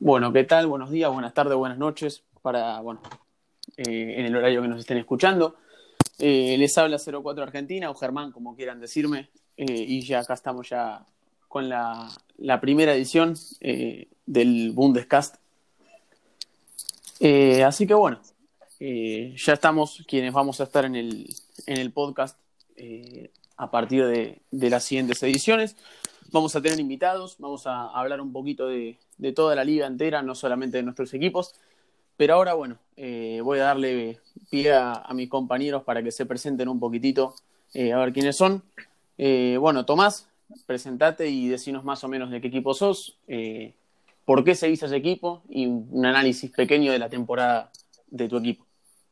Bueno, ¿qué tal? Buenos días, buenas tardes, buenas noches en el horario que nos estén escuchando. Les habla 04 Argentina o Germán, como quieran decirme, y ya acá estamos ya con la primera edición del Bundescast. Así que bueno, ya estamos quienes vamos a estar en el podcast a partir de las siguientes ediciones. Vamos a tener invitados, vamos a hablar un poquito de toda la liga entera, no solamente de nuestros equipos. Pero ahora, bueno, voy a darle pie a mis compañeros para que se presenten un poquitito, a ver quiénes son. Bueno, Tomás, presentate y decinos más o menos de qué equipo sos, por qué seguís a ese equipo y un análisis pequeño de la temporada de tu equipo.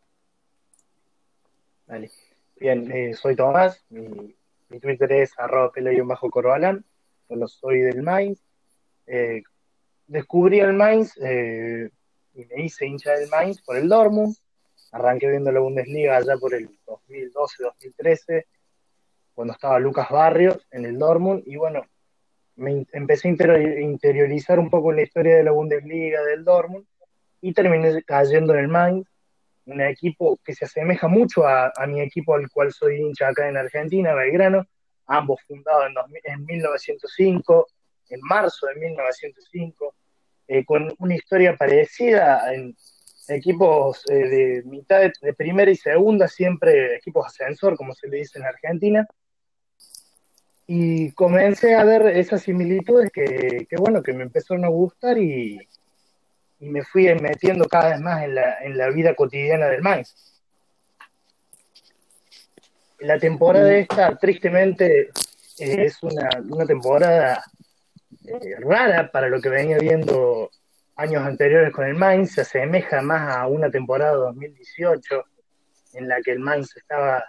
Vale. Bien, soy Tomás, mi Twitter es @pelo_corbalán, solo soy del Mainz. Eh, Descubrí el Mainz y me hice hincha del Mainz por el Dortmund. Arranqué viendo la Bundesliga allá por el 2012-2013, cuando estaba Lucas Barrios en el Dortmund, y bueno, empecé a interiorizar un poco en la historia de la Bundesliga del Dortmund y terminé cayendo en el Mainz, un equipo que se asemeja mucho a mi equipo al cual soy hincha acá en Argentina, Belgrano, ambos fundados en 1905, en marzo de 1905, con una historia parecida en equipos de mitad de primera y segunda, siempre equipos ascensor, como se le dice en Argentina, y comencé a ver esas similitudes bueno, que me empezaron a gustar y me fui metiendo cada vez más en la vida cotidiana del Mainz. La temporada esta, tristemente, es una temporada rara para lo que venía viendo años anteriores con el Mainz. Se asemeja más a una temporada 2018 en la que el Mainz estaba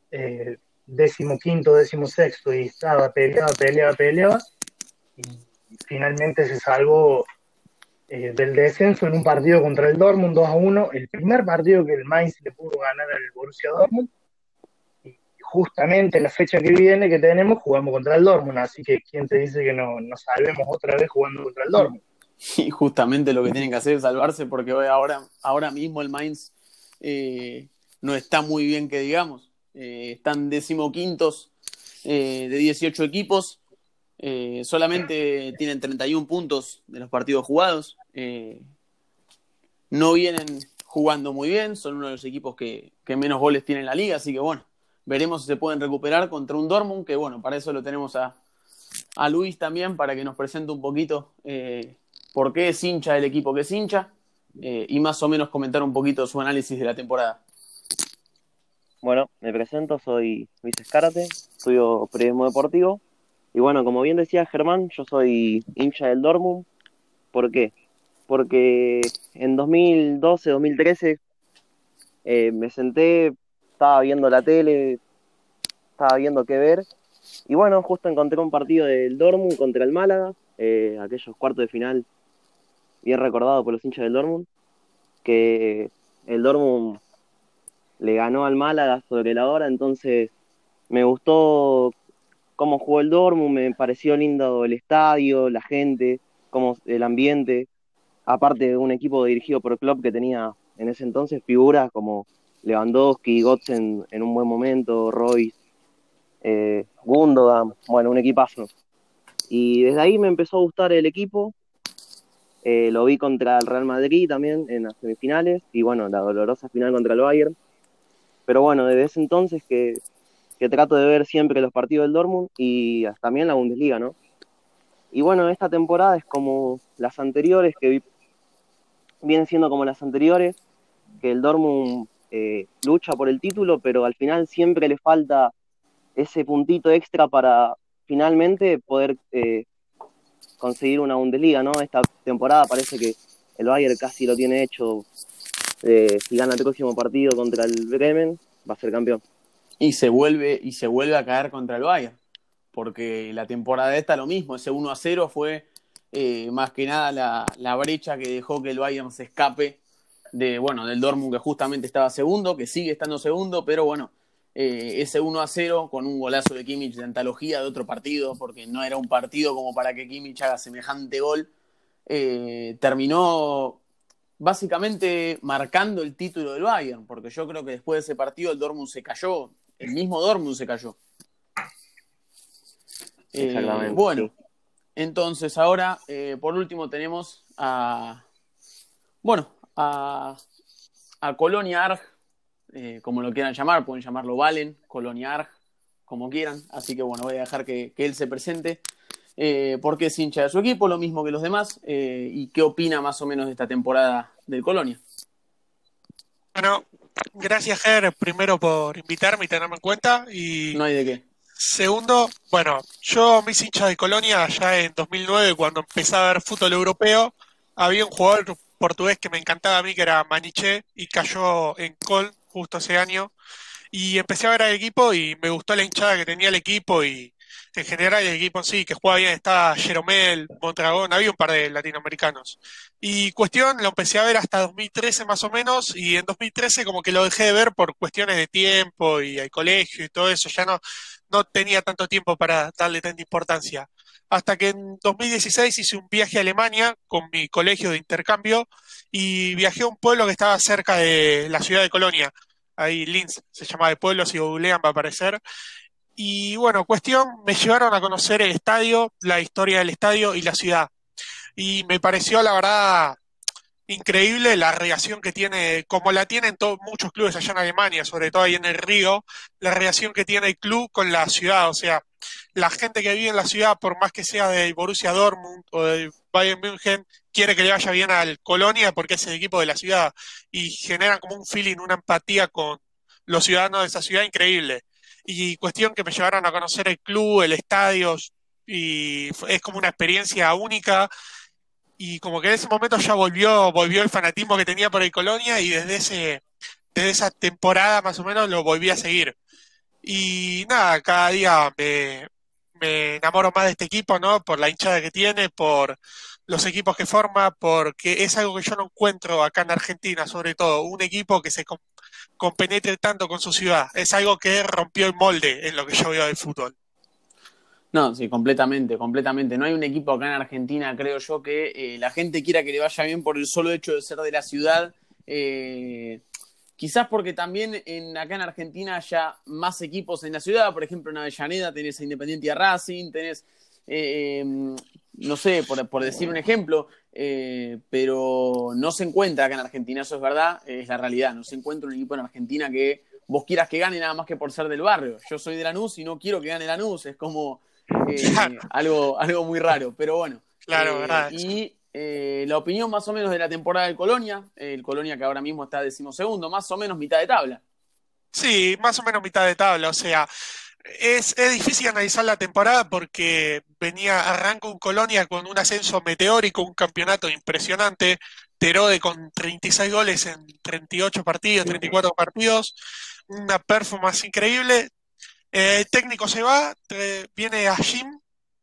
15º, 16º y estaba peleaba y finalmente se salvó del descenso en un partido contra el Dortmund 2-1, el primer partido que el Mainz le pudo ganar al Borussia Dortmund. Y justamente la fecha que viene que tenemos jugamos contra el Dortmund, así que quién te dice que no nos salvemos otra vez jugando contra el Dortmund. Y justamente lo que tienen que hacer es salvarse, porque ahora mismo el Mainz no está muy bien, que digamos. Están 15º de 18 equipos. Solamente tienen 31 puntos de los partidos jugados. No vienen jugando muy bien, son uno de los equipos que menos goles tiene en la liga, así que bueno, veremos si se pueden recuperar contra un Dortmund, que bueno, para eso lo tenemos a Luis también, para que nos presente un poquito por qué es hincha del equipo que es hincha, y más o menos comentar un poquito su análisis de la temporada. Bueno, me presento, soy Luis Escárate, estudio periodismo deportivo. Y bueno, como bien decía Germán, yo soy hincha del Dortmund. ¿Por qué? Porque en 2012, 2013 me senté, estaba viendo la tele, estaba viendo qué ver. Y bueno, justo encontré un partido del Dortmund contra el Málaga, aquellos cuartos de final bien recordados por los hinchas del Dortmund, que el Dortmund le ganó al Málaga sobre la hora. Entonces me gustó cómo jugó el Dortmund, me pareció lindo el estadio, la gente, cómo, el ambiente, aparte de un equipo dirigido por Klopp que tenía en ese entonces figuras como Lewandowski, Götze en un buen momento, Royce, Gundogan, bueno, un equipazo. Y desde ahí me empezó a gustar el equipo. Lo vi contra el Real Madrid también en las semifinales y bueno, la dolorosa final contra el Bayern. Pero bueno, desde ese entonces que trato de ver siempre los partidos del Dortmund y también la Bundesliga, ¿no? Y bueno, esta temporada es como las anteriores, vienen siendo como las anteriores, que el Dortmund lucha por el título, pero al final siempre le falta ese puntito extra para finalmente poder conseguir una Bundesliga, ¿no? Esta temporada parece que el Bayern casi lo tiene hecho. Si gana el próximo partido contra el Bremen, va a ser campeón. Y se vuelve a caer contra el Bayern, porque la temporada esta lo mismo, ese 1-0 fue más que nada la brecha que dejó que el Bayern se escape del Dortmund, que justamente estaba segundo, que sigue estando segundo, pero bueno, ese 1-0 con un golazo de Kimmich de antología de otro partido, porque no era un partido como para que Kimmich haga semejante gol, terminó básicamente marcando el título del Bayern, porque yo creo que después de ese partido el Dortmund se cayó, el mismo Dortmund se cayó. Exactamente, Bueno, sí. entonces ahora, por último, tenemos bueno, a Colonia Arg, como lo quieran llamar, pueden llamarlo Valen, Colonia Arg, como quieran. Así que bueno, voy a dejar que él se presente, porque es hincha de su equipo, lo mismo que los demás, y qué opina más o menos de esta temporada del Colonia. Bueno, gracias, Ger, primero por invitarme y tenerme en cuenta. Y No hay de qué. segundo, bueno, yo me hice hincha de Colonia ya en 2009, cuando empecé a ver fútbol europeo. Había un jugador portugués que me encantaba a mí, que era Maniche, y cayó en Col justo ese año. Y empecé a ver al equipo y me gustó la hinchada que tenía el equipo y en general el equipo en sí, que jugaba bien, estaba Jeromel, Mondragón, había un par de latinoamericanos. Y cuestión, lo empecé a ver hasta 2013 más o menos, y en 2013 como que lo dejé de ver por cuestiones de tiempo y el colegio y todo eso, ya no tenía tanto tiempo para darle tanta importancia. Hasta que en 2016 hice un viaje a Alemania con mi colegio de intercambio y viajé a un pueblo que estaba cerca de la ciudad de Colonia. Ahí Linz se llama de pueblo, si googlean va a aparecer. Y bueno, cuestión, me llevaron a conocer el estadio, la historia del estadio y la ciudad. Y me pareció, la verdad, increíble la relación que tiene, como la tienen muchos clubes allá en Alemania, sobre todo ahí en el Río, la relación que tiene el club con la ciudad. O sea, la gente que vive en la ciudad, por más que sea del Borussia Dortmund o del Bayern München, quiere que le vaya bien al Colonia porque es el equipo de la ciudad y generan como un feeling, una empatía con los ciudadanos de esa ciudad increíble. Y cuestión que me llevaron a conocer el club, el estadio, y es como una experiencia única y como que en ese momento ya volvió el fanatismo que tenía por el Colonia y desde esa temporada más o menos lo volví a seguir. Y nada, cada día me enamoro más de este equipo, ¿no? Por la hinchada que tiene, por los equipos que forma, porque es algo que yo no encuentro acá en Argentina, sobre todo, un equipo que se compenetre tanto con su ciudad. Es algo que rompió el molde en lo que yo veo del fútbol. No, sí, completamente, completamente. No hay un equipo acá en Argentina, creo yo, que la gente quiera que le vaya bien por el solo hecho de ser de la ciudad. Quizás porque también acá en Argentina haya más equipos en la ciudad. Por ejemplo, en Avellaneda tenés a Independiente y a Racing, tenés, no sé, por decir un ejemplo, pero no se encuentra acá en Argentina, eso es verdad, es la realidad. No se encuentra un equipo en Argentina que vos quieras que gane nada más que por ser del barrio. Yo soy de Lanús y no quiero que gane Lanús, es como Claro, algo muy raro, pero bueno. claro, verdad. Y la opinión más o menos de la temporada del Colonia, el Colonia que ahora mismo está 12º, más o menos mitad de tabla. Sí, más o menos mitad de tabla, o sea, es difícil analizar la temporada porque arranca un Colonia con un ascenso meteórico, un campeonato impresionante, Terode con 36 goles en 38 partidos, 34 partidos, una performance increíble. El técnico se va, viene a Jim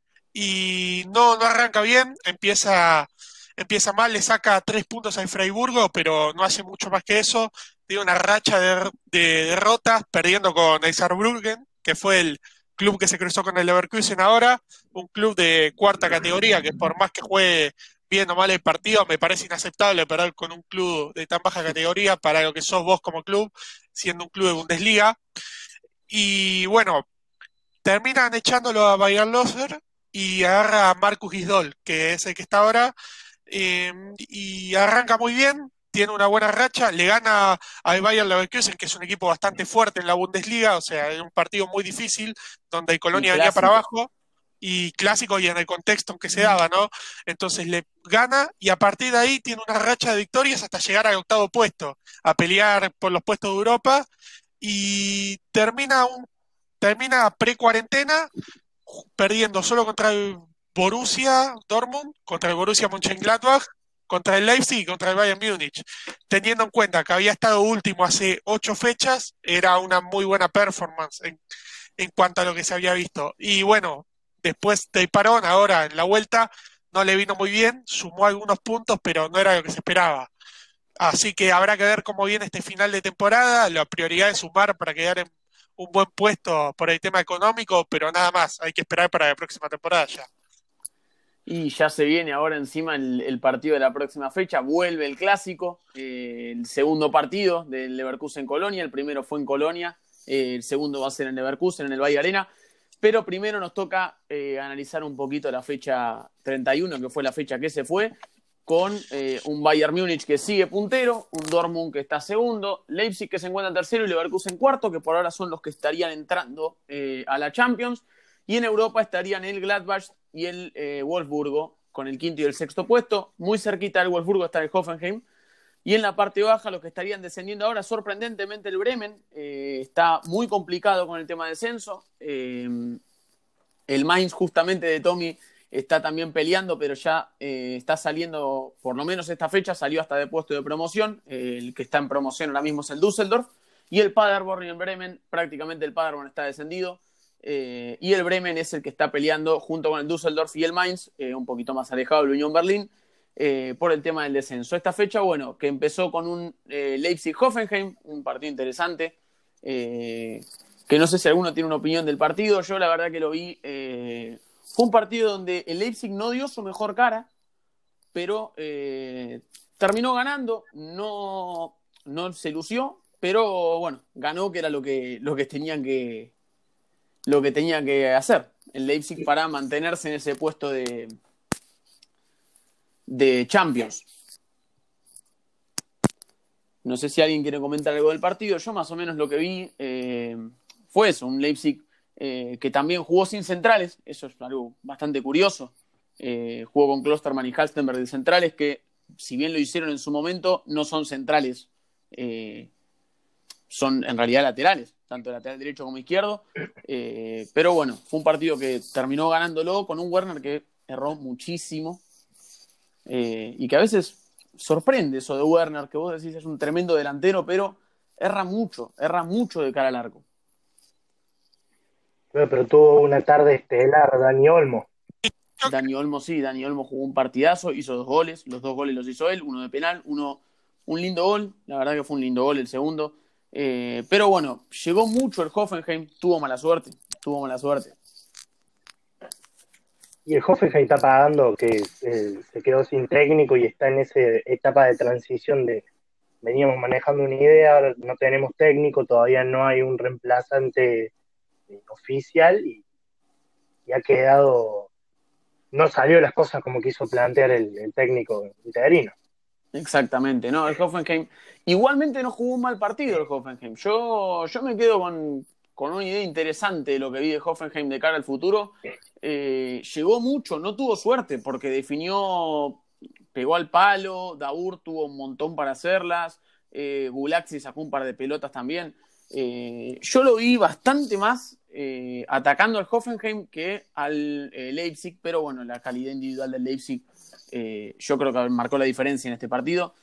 y no arranca bien, empieza mal, le saca 3 puntos al Freiburgo, pero no hace mucho más que eso. Tiene una racha de derrotas, perdiendo con el Saarbrücken, que fue el club que se cruzó con el Leverkusen ahora, un club de cuarta categoría, que por más que juegue bien o mal el partido, me parece inaceptable perder con un club de tan baja categoría para lo que sos vos como club, siendo un club de Bundesliga. Y bueno, terminan echándolo a Bayer Loser y agarra a Marcus Gisdol, que es el que está ahora, y arranca muy bien, tiene una buena racha, le gana al Bayer Leverkusen, que es un equipo bastante fuerte en la Bundesliga, o sea, es un partido muy difícil, donde el Y Colonia venía para clásico. abajo, y clásico y en el contexto en que se daba, ¿no? Entonces le gana y a partir de ahí tiene una racha de victorias hasta llegar al octavo puesto, a pelear por los puestos de Europa, y termina pre-cuarentena perdiendo solo contra el Borussia Dortmund, contra el Borussia Mönchengladbach, contra el Leipzig y contra el Bayern Múnich. Teniendo en cuenta que había estado último hace 8 fechas, era una muy buena performance en cuanto a lo que se había visto. Y bueno, después del parón, ahora en la vuelta, no le vino muy bien, sumó algunos puntos, pero no era lo que se esperaba. Así que habrá que ver cómo viene este final de temporada. La prioridad es sumar para quedar en un buen puesto por el tema económico, pero nada más. Hay que esperar para la próxima temporada ya. Y ya se viene ahora encima el partido de la próxima fecha, vuelve el clásico, el segundo partido del Leverkusen-Colonia, el primero fue en Colonia, el segundo va a ser en Leverkusen, en el Valle Arena, pero primero nos toca analizar un poquito la fecha 31, que fue la fecha que se fue, con un Bayern Múnich que sigue puntero, un Dortmund que está segundo, Leipzig que se encuentra tercero y Leverkusen cuarto, que por ahora son los que estarían entrando a la Champions. Y en Europa estarían el Gladbach y el Wolfsburgo con el quinto y el sexto puesto. Muy cerquita del Wolfsburgo está el Hoffenheim. Y en la parte baja, los que estarían descendiendo ahora, sorprendentemente el Bremen. Está muy complicado con el tema de descenso. El Mainz, justamente de Tommy, está también peleando, pero ya está saliendo, por lo menos esta fecha, salió hasta de puesto de promoción. El que está en promoción ahora mismo es el Düsseldorf. Y el Paderborn y el Bremen, prácticamente el Paderborn está descendido. Y el Bremen es el que está peleando junto con el Düsseldorf y el Mainz, un poquito más alejado del Unión Berlín, por el tema del descenso. Esta fecha, bueno, que empezó con un Leipzig-Hoffenheim, un partido interesante, que no sé si alguno tiene una opinión del partido. Yo la verdad que lo vi, fue un partido donde el Leipzig no dio su mejor cara, pero terminó ganando, no se lució, pero bueno, ganó, que era lo que tenían que hacer el Leipzig para mantenerse en ese puesto de Champions. No sé si alguien quiere comentar algo del partido. Yo más o menos lo que vi fue eso, un Leipzig que también jugó sin centrales, eso es algo bastante curioso. Jugó con Klostermann y Halstenberg de centrales, que si bien lo hicieron en su momento, no son centrales, son en realidad laterales, tanto lateral derecho como izquierdo, pero bueno, fue un partido que terminó ganándolo con un Werner que erró muchísimo, y que a veces sorprende eso de Werner, que vos decís es un tremendo delantero, pero erra mucho de cara al arco. Pero tuvo una tarde estelar Dani Olmo. Dani Olmo jugó un partidazo, hizo 2 goles, los 2 goles los hizo él, uno de penal, un lindo gol, la verdad que fue un lindo gol el segundo. Pero bueno, llegó mucho el Hoffenheim, tuvo mala suerte. Y el Hoffenheim está pagando que se quedó sin técnico y está en esa etapa de transición de veníamos manejando una idea, ahora no tenemos técnico, todavía no hay un reemplazante oficial y ha quedado, no salió las cosas como quiso plantear el técnico interino. Exactamente, no, el Hoffenheim igualmente no jugó un mal partido el Hoffenheim. Yo me quedo con una idea interesante de lo que vi de Hoffenheim de cara al futuro. Llegó mucho, no tuvo suerte porque definió, pegó al palo, Daur tuvo un montón para hacerlas, Gulaxi sacó un par de pelotas también. Yo lo vi bastante más atacando al Hoffenheim que al Leipzig, pero bueno, la calidad individual del Leipzig yo creo que marcó la diferencia en este partido,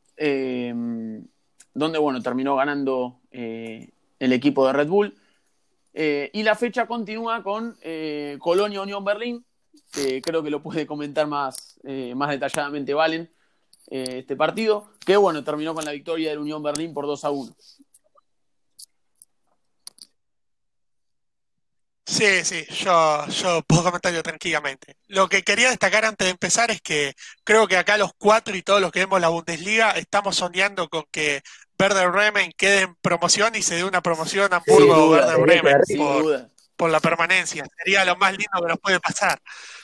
donde bueno, terminó ganando el equipo de Red Bull, y la fecha continúa con Colonia Unión Berlín, que creo que lo puede comentar más detalladamente Valen, este partido, que bueno, terminó con la victoria del Unión Berlín por 2-1. Sí, yo puedo comentarlo tranquilamente. Lo que quería destacar antes de empezar es que creo que acá los 4 y todos los que vemos la Bundesliga estamos soñando con que Werder Bremen quede en promoción y se dé una promoción a Hamburgo o Werder Bremen por la permanencia. Sería lo más lindo que nos puede pasar.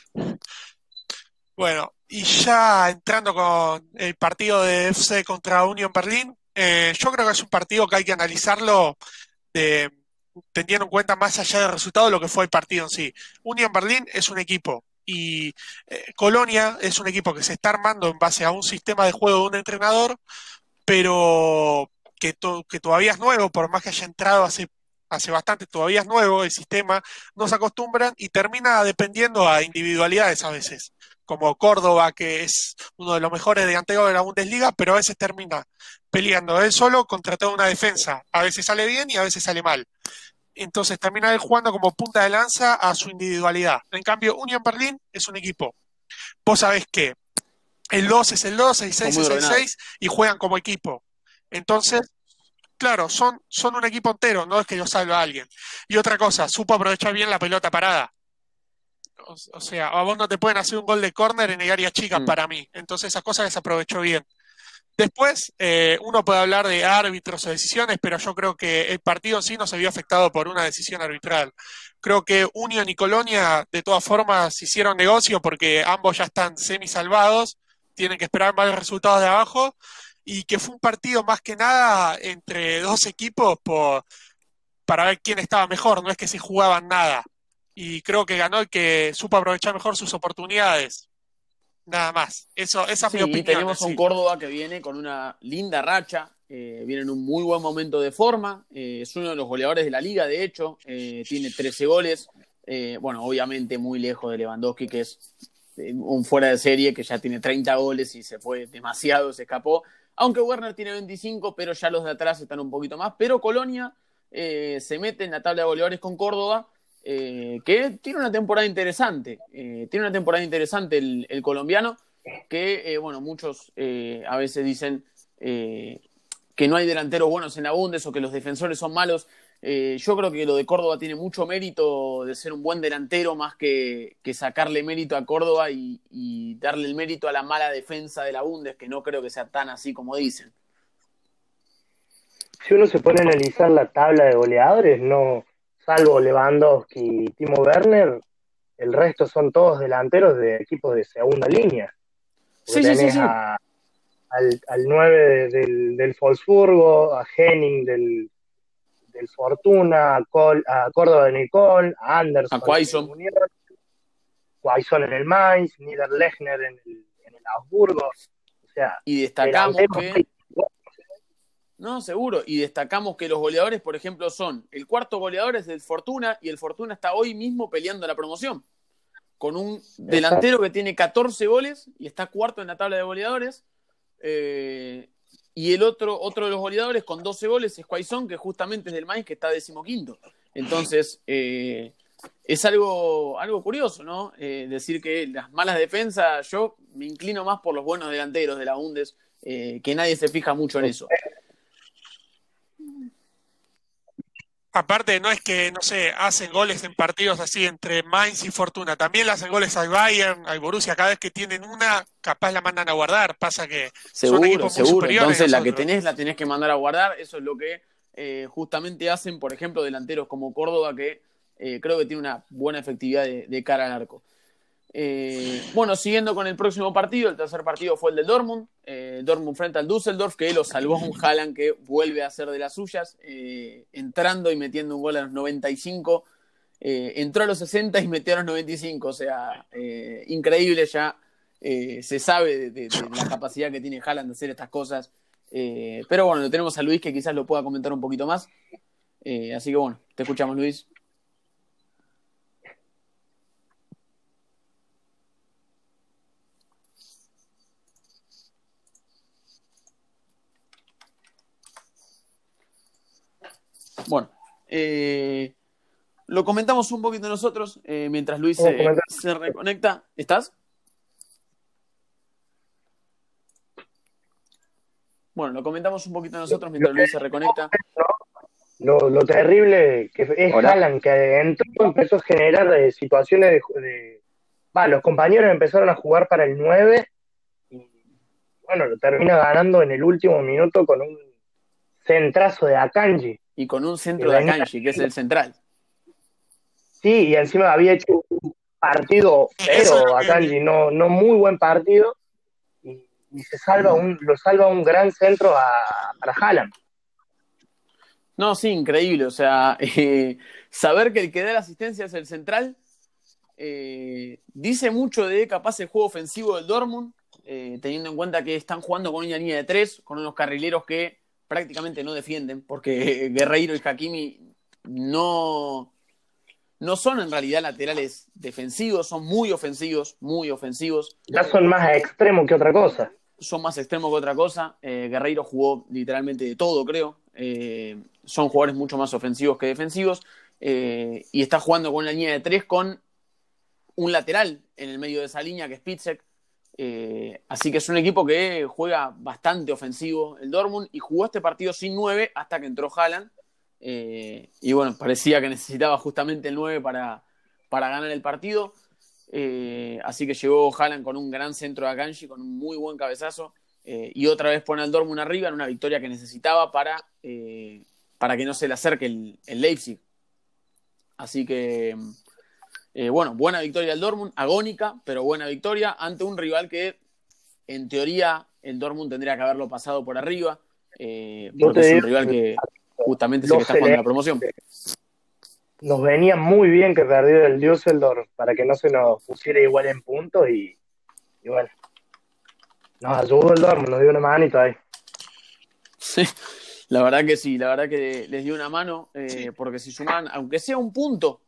Bueno, y ya entrando con el partido de FC contra Union Berlin, yo creo que es un partido que hay que analizarlo teniendo en cuenta más allá del resultado lo que fue el partido en sí. Union Berlin es un equipo y Colonia es un equipo que se está armando en base a un sistema de juego de un entrenador, pero que todavía es nuevo, por más que haya entrado hace bastante, todavía es nuevo el sistema, no se acostumbran y termina dependiendo a individualidades a veces, como Córdoba, que es uno de los mejores delanteros de la Bundesliga, pero a veces termina peleando él solo contra toda una defensa. A veces sale bien y a veces sale mal. Entonces termina él jugando como punta de lanza a su individualidad. En cambio, Union Berlin es un equipo. Vos sabés que el 2 es el 2, el 6 es el 6 y juegan como equipo. Entonces, claro, son un equipo entero, no es que lo salva a alguien. Y otra cosa, supo aprovechar bien la pelota parada. O sea, a vos no te pueden hacer un gol de córner en el área chica Mm. para mí. Entonces esa cosa desaprovechó bien. Después, uno puede hablar de árbitros o decisiones, pero yo creo que el partido en sí no se vio afectado por una decisión arbitral. Creo que Unión y Colonia, de todas formas, hicieron negocio porque ambos ya están semi-salvados, tienen que esperar varios resultados de abajo, y que fue un partido más que nada entre dos equipos para ver quién estaba mejor, no es que se jugaban nada. Y creo que ganó el que supo aprovechar mejor sus oportunidades. Nada más. Esa es mi Sí, y opinión en tenemos a un sí. Córdoba que viene con una linda racha, viene en un muy buen momento de forma, es uno de los goleadores de la liga, de hecho, tiene 13 goles, bueno, obviamente muy lejos de Lewandowski, que es un fuera de serie, que ya tiene 30 goles y se fue demasiado, se escapó, aunque Werner tiene 25, pero ya los de atrás están un poquito más, pero Colonia se mete en la tabla de goleadores con Córdoba, que tiene una temporada interesante, el colombiano, que, bueno, muchos a veces dicen que no hay delanteros buenos en la Bundes o que los defensores son malos. Yo creo que lo de Córdoba tiene mucho mérito de ser un buen delantero, más que sacarle mérito a Córdoba y darle el mérito a la mala defensa de la Bundes, que no creo que sea tan así como dicen. Si uno se pone a analizar la tabla de goleadores, no, salvo Lewandowski y Timo Werner, el resto son todos delanteros de equipos de segunda línea. Porque tenés Sí. al 9 del Wolfsburgo, a Henning del Fortuna, a Córdoba de Nicol, a Anderson A Quaison. en el Unión, Quaison en el Mainz, Niederlechner en el Augsburgo. O sea, Y destacamos delanteros. No, seguro. Y destacamos que los goleadores, por ejemplo, son el cuarto goleador es del Fortuna y el Fortuna está hoy mismo peleando la promoción. Con un delantero que tiene 14 goles y está cuarto en la tabla de goleadores. Y el otro de los goleadores con 12 goles es Quaison, que justamente es del Mainz, que está 15º. Entonces, es algo curioso, ¿no? Decir que las malas defensas, yo me inclino más por los buenos delanteros de la Bundes, que nadie se fija mucho en eso. Aparte, no es que, no sé, hacen goles en partidos así entre Mainz y Fortuna. También le hacen goles al Bayern, al Borussia. Cada vez que tienen una, capaz la mandan a guardar. Pasa que son equipos muy superiores. Entonces, la que tenés, la tenés que mandar a guardar. Eso es lo que justamente hacen, por ejemplo, delanteros como Córdoba, que creo que tiene una buena efectividad de cara al arco. Bueno, siguiendo con el próximo partido, el tercer partido fue el del Dortmund. Dortmund frente al Düsseldorf, que lo salvó un Haaland que vuelve a hacer de las suyas, entrando y metiendo un gol a los 95. Entró a los 60 y metió a los 95. O sea, increíble ya. Se sabe de la capacidad que tiene Haaland de hacer estas cosas. Pero bueno, lo tenemos a Luis, que quizás lo pueda comentar un poquito más. Así que bueno, te escuchamos, Luis. Bueno, lo comentamos un poquito nosotros mientras Luis se reconecta. ¿Estás? Bueno, lo comentamos un poquito nosotros mientras Luis se reconecta. Lo terrible que es Haaland, que empezó a generar situaciones los compañeros empezaron a jugar para el 9 y bueno, lo termina ganando en el último minuto con un centrazo de Akanji. Y con un centro de Akanji, que es el central. Sí, y encima había hecho un partido pero Akanji, no muy buen partido, y lo salva un gran centro para Haaland. No, sí, increíble. O sea, saber que el que da la asistencia es el central dice mucho de capaz el juego ofensivo del Dortmund, teniendo en cuenta que están jugando con una línea de 3, con unos carrileros que prácticamente no defienden, porque Guerreiro y Hakimi no son en realidad laterales defensivos, son muy ofensivos. Ya son más extremos que otra cosa. Son más extremos que otra cosa. Guerreiro jugó literalmente de todo, creo. Son jugadores mucho más ofensivos que defensivos. Y está jugando con una línea de 3 con un lateral en el medio de esa línea, que es Spitzek. Así que es un equipo que juega bastante ofensivo, el Dortmund, y jugó este partido sin 9 hasta que entró Haaland. Y bueno, parecía que necesitaba justamente el 9 para ganar el partido. Así que llegó Haaland con un gran centro de Akanji, con un muy buen cabezazo, y otra vez pone al Dortmund arriba en una victoria que necesitaba para que no se le acerque el Leipzig. Así que, bueno, buena victoria del Dortmund, agónica, pero buena victoria ante un rival que, en teoría, el Dortmund tendría que haberlo pasado por arriba, porque es un rival que justamente es el que está jugando la promoción. Nos venía muy bien que perdió el Düsseldorf para que no se nos pusiera igual en puntos y bueno, nos ayudó el Dortmund, nos dio una manito ahí. Sí, la verdad que sí, la verdad que les dio una mano, porque si sumaban, aunque sea un punto,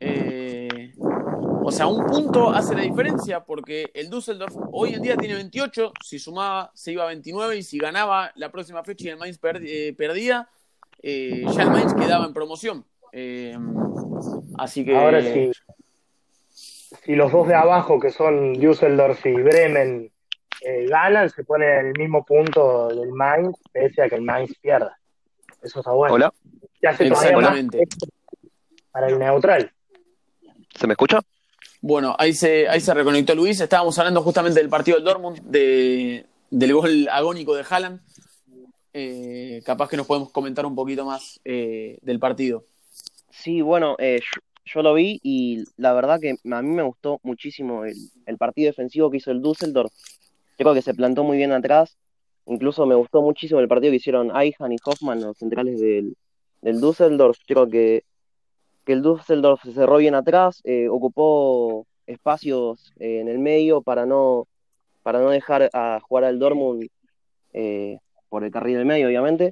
o sea, un punto hace la diferencia, porque el Düsseldorf hoy en día tiene 28, si sumaba se iba a 29, y si ganaba la próxima fecha y el Mainz perdía, ya el Mainz quedaba en promoción. Así que... Ahora si los dos de abajo, que son Düsseldorf y Bremen, ganan, se pone en el mismo punto del Mainz, pese a que el Mainz pierda. Eso está bueno. Hola, Ya hace todavía más exactamente. para el neutral. ¿se me escucha? Bueno, ahí se reconectó Luis. Estábamos hablando justamente del partido del Dortmund, del gol agónico de Haaland. Capaz que nos podemos comentar un poquito más del partido. Sí, bueno, yo lo vi y la verdad que a mí me gustó muchísimo el partido defensivo que hizo el Düsseldorf. Creo que se plantó muy bien atrás. Incluso me gustó muchísimo el partido que hicieron Ayhan y Hoffman, los centrales del Düsseldorf. Creo que el Düsseldorf se cerró bien atrás, ocupó espacios en el medio para no dejar a jugar al Dortmund por el carril del medio, obviamente.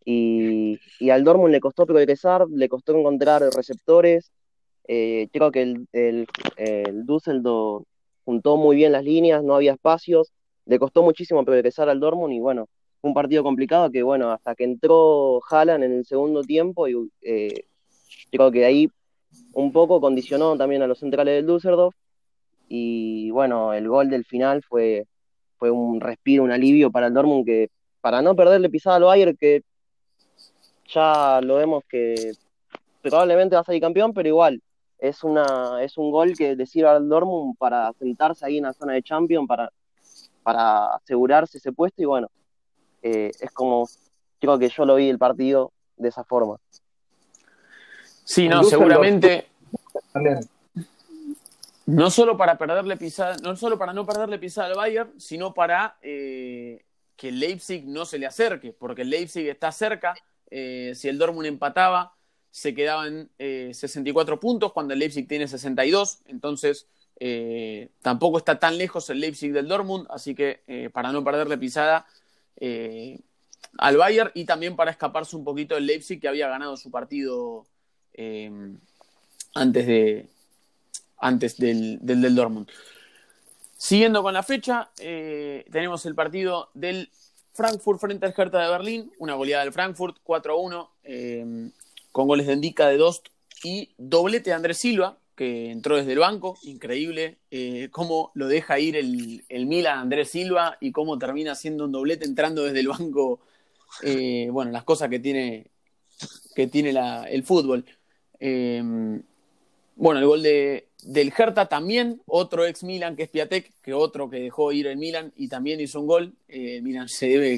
Y al Dortmund le costó progresar, le costó encontrar receptores. Creo que el Düsseldorf juntó muy bien las líneas, no había espacios. Le costó muchísimo progresar al Dortmund y bueno, fue un partido complicado que bueno, hasta que entró Haaland en el segundo tiempo y creo que ahí un poco condicionó también a los centrales del Düsseldorf y bueno, el gol del final fue un respiro, un alivio para el Dortmund que para no perderle pisada al Bayern, que ya lo vemos que probablemente va a salir campeón, pero igual es un gol que le sirve al Dortmund para sentarse ahí en la zona de Champions, para asegurarse ese puesto y bueno, es como creo que yo lo vi el partido de esa forma. Sí, no, El Düsseldorf seguramente también. no solo para no perderle pisada al Bayern, sino para que el Leipzig no se le acerque, porque el Leipzig está cerca. Si el Dortmund empataba, se quedaba en 64 puntos, cuando el Leipzig tiene 62. Entonces, tampoco está tan lejos el Leipzig del Dortmund, así que para no perderle pisada al Bayern, y también para escaparse un poquito del Leipzig, que había ganado su partido antes del Dortmund. Siguiendo con la fecha, tenemos el partido del Frankfurt frente al Hertha de Berlín, una goleada del Frankfurt, 4-1, con goles de Ndicka, de Dost y doblete de Andrés Silva, que entró desde el banco. Increíble cómo lo deja ir el Milan Andrés Silva y cómo termina siendo un doblete entrando desde el banco. Bueno, las cosas que tiene el fútbol. Bueno, el gol del Hertha también, otro ex Milan que es Piatek, que otro que dejó ir el Milan y también hizo un gol. Milan se debe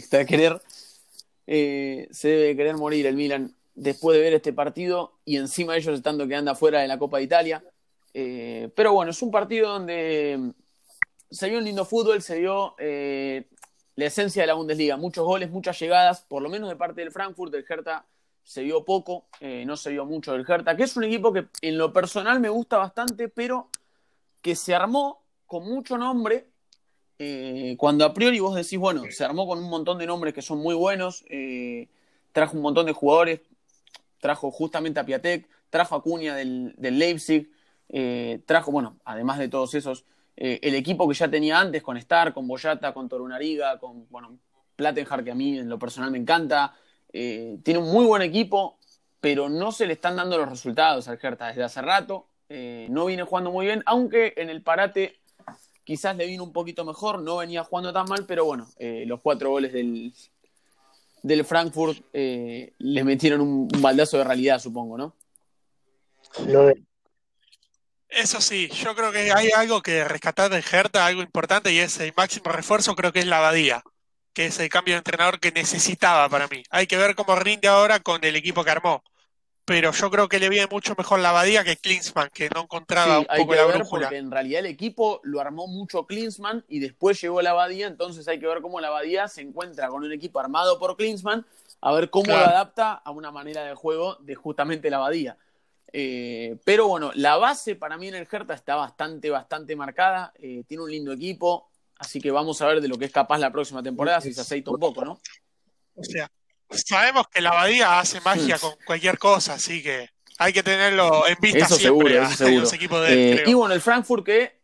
querer morir el Milan después de ver este partido, y encima ellos estando quedando afuera de la Copa de Italia. Pero bueno, es un partido donde se vio un lindo fútbol, se vio la esencia de la Bundesliga, muchos goles, muchas llegadas, por lo menos de parte del Frankfurt. Del Hertha se vio poco, no se vio mucho del Hertha, que es un equipo que en lo personal me gusta bastante, pero que se armó con mucho nombre, cuando a priori vos decís, bueno, se armó con un montón de nombres que son muy buenos, trajo un montón de jugadores, trajo justamente a Piatek, trajo a Cunha del Leipzig, trajo, bueno, además de todos esos, el equipo que ya tenía antes, con Starr, con Boyata, con Torunariga, con, bueno, Plattenhardt, que a mí en lo personal me encanta. Tiene un muy buen equipo, pero no se le están dando los resultados al Hertha desde hace rato. No viene jugando muy bien, aunque en el parate quizás le vino un poquito mejor, no venía jugando tan mal, pero bueno, los 4 goles del Frankfurt les metieron un baldazo de realidad, supongo, ¿no? Lo de Eso sí, yo creo que hay algo que rescatar de Hertha, algo importante, y es el máximo refuerzo, creo que es la Abadía, que es el cambio de entrenador que necesitaba para mí. Hay que ver cómo rinde ahora con el equipo que armó, pero yo creo que le viene mucho mejor la Abadía que Klinsmann, que no encontraba Sí, un hay poco que la ver porque brújula. en realidad el equipo lo armó mucho Klinsmann y después llegó la Abadía, entonces hay que ver cómo la Abadía se encuentra con un equipo armado por Klinsmann, a ver cómo lo Claro. adapta a una manera de juego de justamente la Abadía. Pero bueno, la base para mí en el Hertha está bastante marcada, tiene un lindo equipo, así que vamos a ver de lo que es capaz la próxima temporada, si se aceita un poco, ¿no? O sea, sabemos que la Abadía hace Hmm. magia con cualquier cosa, así que hay que tenerlo en vista Eso siempre seguro, a eso los seguro. equipos de él, Y creo. bueno, el Frankfurt que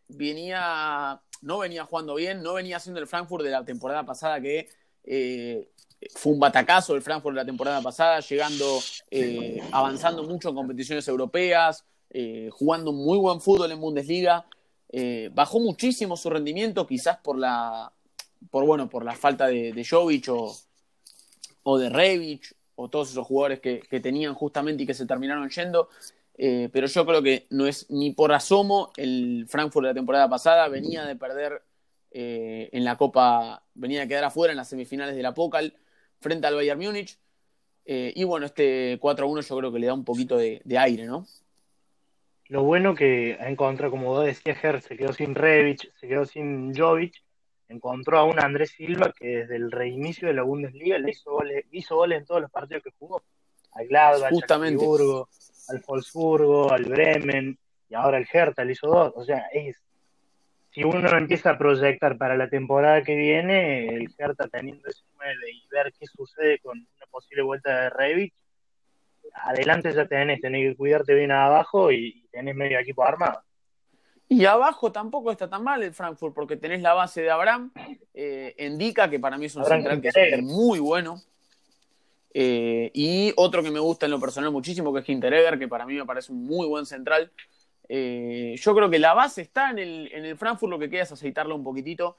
no venía jugando bien, no venía siendo el Frankfurt de la temporada pasada que fue un batacazo el Frankfurt de la temporada pasada, llegando, avanzando mucho en competiciones europeas, jugando muy buen fútbol en Bundesliga. Bajó muchísimo su rendimiento, quizás por la falta de Jovic o de Rebic o todos esos jugadores que tenían justamente y que se terminaron yendo. Pero yo creo que no es ni por asomo el Frankfurt de la temporada pasada. Venía de perder en la Copa, venía de quedar afuera en las semifinales de la Pokal frente al Bayern Múnich. Y bueno, este 4-1 yo creo que le da un poquito de aire, ¿no? Lo bueno que encontró, como vos decías, Ger, se quedó sin Rebic, se quedó sin Jovic, encontró a un Andrés Silva que desde el reinicio de la Bundesliga le hizo goles en todos los partidos que jugó. Al Gladbach, al Justamente. Friburgo, al Wolfsburgo, al Bremen, y ahora el Hertha le hizo dos. O sea, si uno empieza a proyectar para la temporada que viene, el Hertha teniendo ese 9 y ver qué sucede con una posible vuelta de Rebic, adelante ya tenés que cuidarte bien abajo y tenés medio equipo armado. Y abajo tampoco está tan mal el Frankfurt, porque tenés la base de Abraham, Indica, que para mí es un Habrán central que es Hinteregger. muy bueno. Y otro que me gusta en lo personal muchísimo, que es Hinteregger, que para mí me parece un muy buen central. Yo creo que la base está en el Frankfurt, lo que queda es aceitarlo un poquitito.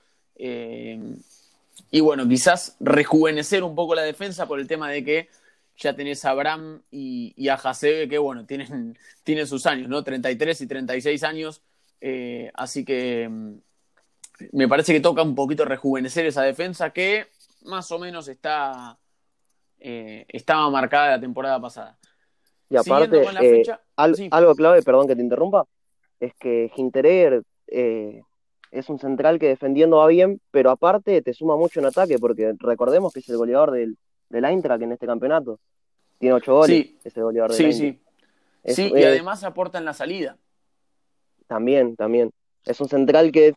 Y bueno, quizás rejuvenecer un poco la defensa por el tema de que ya tenés a Abraham y a Hasebe, que bueno, tienen sus años, ¿no? 33 y 36 años. Así que me parece que toca un poquito rejuvenecer esa defensa que más o menos estaba marcada la temporada pasada. Y Siguiendo aparte, con la fecha, sí, algo clave, perdón que te interrumpa, es que Hinteregger es un central que defendiendo va bien, pero aparte te suma mucho en ataque, porque recordemos que es el goleador del Eintracht en este campeonato. Tiene 8 goles, sí, es el goleador del sí, Eintracht. sí, sí, y Es además aporta en la salida. también. Es un central que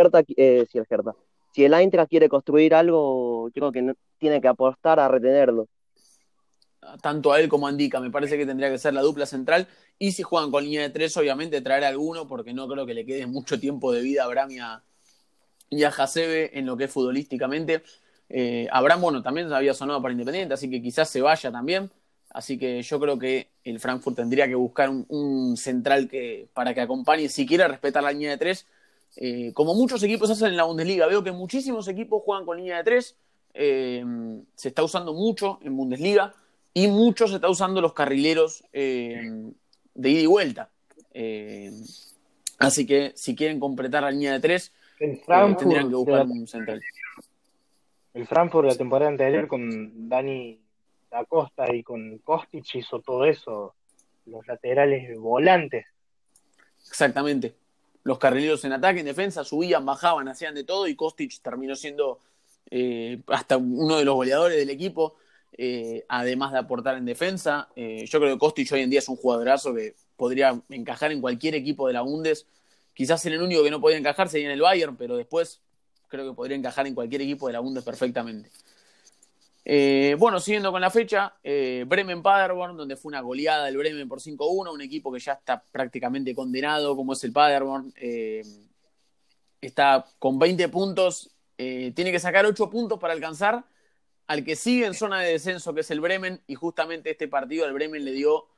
si el Eintracht quiere construir algo, creo que tiene que apostar a retenerlo. Tanto a él como a Indica, me parece que tendría que ser la dupla central. Y si juegan con línea de tres, obviamente traer a alguno, porque no creo que le quede mucho tiempo de vida a Abraham y a Hasebe en lo que es futbolísticamente. Abraham, bueno, también había sonado para Independiente, así que quizás se vaya también. Así que yo creo que el Frankfurt tendría que buscar un central para que acompañe, si quiere respetar la línea de tres, como muchos equipos hacen en la Bundesliga. Veo que muchísimos equipos juegan con línea de tres, se está usando mucho en Bundesliga y mucho se está usando los carrileros de ida y vuelta. Así que si quieren completar la línea de tres, El tendrían Frankfurt que de buscar la, un central. el Frankfurt de la temporada anterior con Dani da Costa y con Kostic hizo todo eso, los laterales volantes. Exactamente. Los carrileros en ataque, en defensa, subían, bajaban, hacían de todo y Kostic terminó siendo hasta uno de los goleadores del equipo, además de aportar en defensa. Yo creo que Kostic hoy en día es un jugadorazo que podría encajar en cualquier equipo de la Bundes. Quizás en el único que no podía encajar sería en el Bayern, pero después creo que podría encajar en cualquier equipo de la Bundes perfectamente. Bueno, siguiendo con la fecha, Bremen-Paderborn, donde fue una goleada del Bremen por 5-1, un equipo que ya está prácticamente condenado, como es el Paderborn. Está con 20 puntos, tiene que sacar 8 puntos para alcanzar al que sigue en zona de descenso, que es el Bremen, y justamente este partido el Bremen le dio...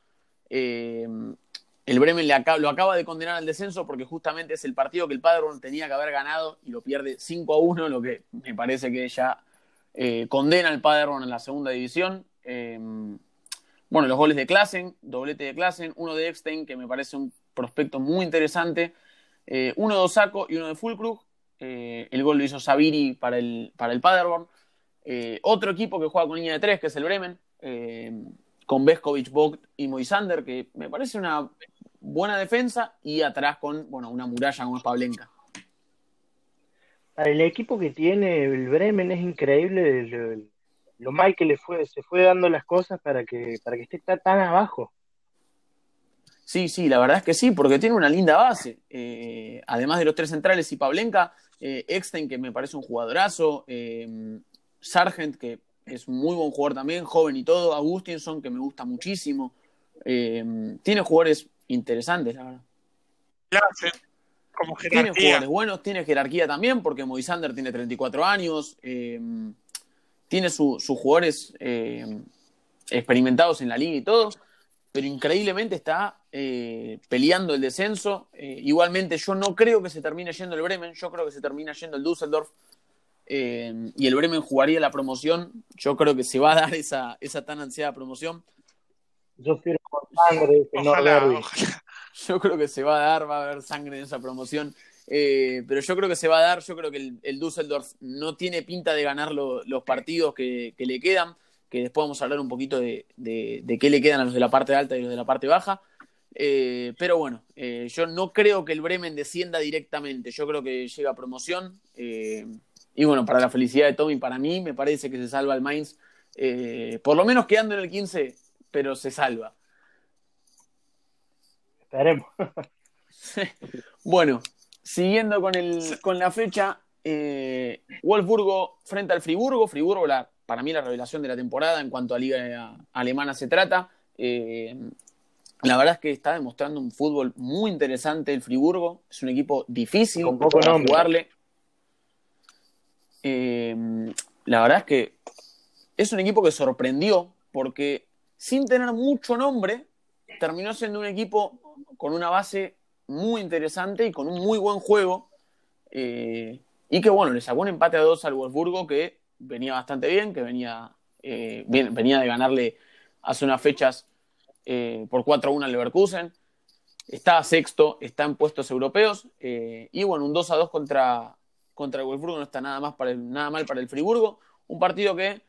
el Bremen lo acaba de condenar al descenso porque justamente es el partido que el Paderborn tenía que haber ganado y lo pierde 5-1, lo que me parece que ya condena al Paderborn en la segunda división. Bueno, los goles de Klaassen, doblete de Klaassen, uno de Eckstein, que me parece un prospecto muy interesante. Uno de Osako y uno de Füllkrug. El gol lo hizo Sabiri para el Paderborn. Otro equipo que juega con línea de 3, que es el Bremen, con Veskovic, Vogt y Moisander, que me parece una buena defensa, y atrás con una muralla como es Pavlenka. El equipo que tiene el Bremen es increíble lo mal que se fue dando las cosas para que esté tan abajo. Sí, la verdad es que sí, porque tiene una linda base. Además de los 3 centrales y Pavlenka, Eckstein, que me parece un jugadorazo, Sargent, que es un muy buen jugador también, joven y todo, Augustinson, que me gusta muchísimo. Tiene jugadores interesantes, la verdad. Como Tiene jerarquía. jugadores buenos, tiene jerarquía también, porque Moisander tiene 34 años, tiene sus jugadores experimentados en la liga y todo, pero increíblemente está peleando el descenso. Igualmente yo no creo que se termine yendo el Bremen, yo creo que se termina yendo el Düsseldorf, y el Bremen jugaría la promoción. Yo creo que se va a dar esa tan ansiada promoción. Yo firmo con sangre ese Nordderby. Ojalá. Yo creo que se va a dar, va a haber sangre en esa promoción. Pero yo creo que se va a dar. Yo creo que el Düsseldorf no tiene pinta de ganar los partidos que le quedan, que después vamos a hablar un poquito de qué le quedan a los de la parte alta y los de la parte baja. Pero bueno, yo no creo que el Bremen descienda directamente. Yo creo que llega a promoción. Y bueno, para la felicidad de Tommy, para mí, me parece que se salva el Mainz. Por lo menos quedando en el 15, pero se salva. Esperemos. Bueno, siguiendo con la fecha, Wolfsburgo frente al Friburgo. Friburgo, para mí, la revelación de la temporada en cuanto a liga alemana se trata. La verdad es que está demostrando un fútbol muy interesante el Friburgo. Es un equipo difícil Con poco para nombre. jugarle. La verdad es que es un equipo que sorprendió, porque sin tener mucho nombre, terminó siendo un equipo con una base muy interesante y con un muy buen juego. Y que le sacó un empate a 2 al Wolfsburgo, que venía bastante bien, que venía de ganarle hace unas fechas por 4-1 al Leverkusen. Está sexto, está en puestos europeos, y un 2-2 contra el Wolfsburgo no está nada mal para el Friburgo. Un partido que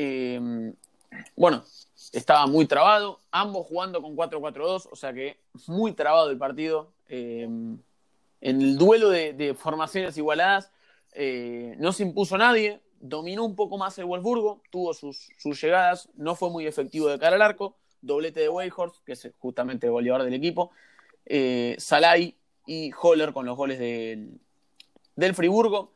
estaba muy trabado, ambos jugando con 4-4-2, o sea que muy trabado el partido. En el duelo de formaciones igualadas, no se impuso nadie, dominó un poco más el Wolfsburgo, tuvo sus llegadas, no fue muy efectivo de cara al arco, doblete de Weghorst, que es justamente el goleador del equipo, Salai y Höller con los goles del Friburgo.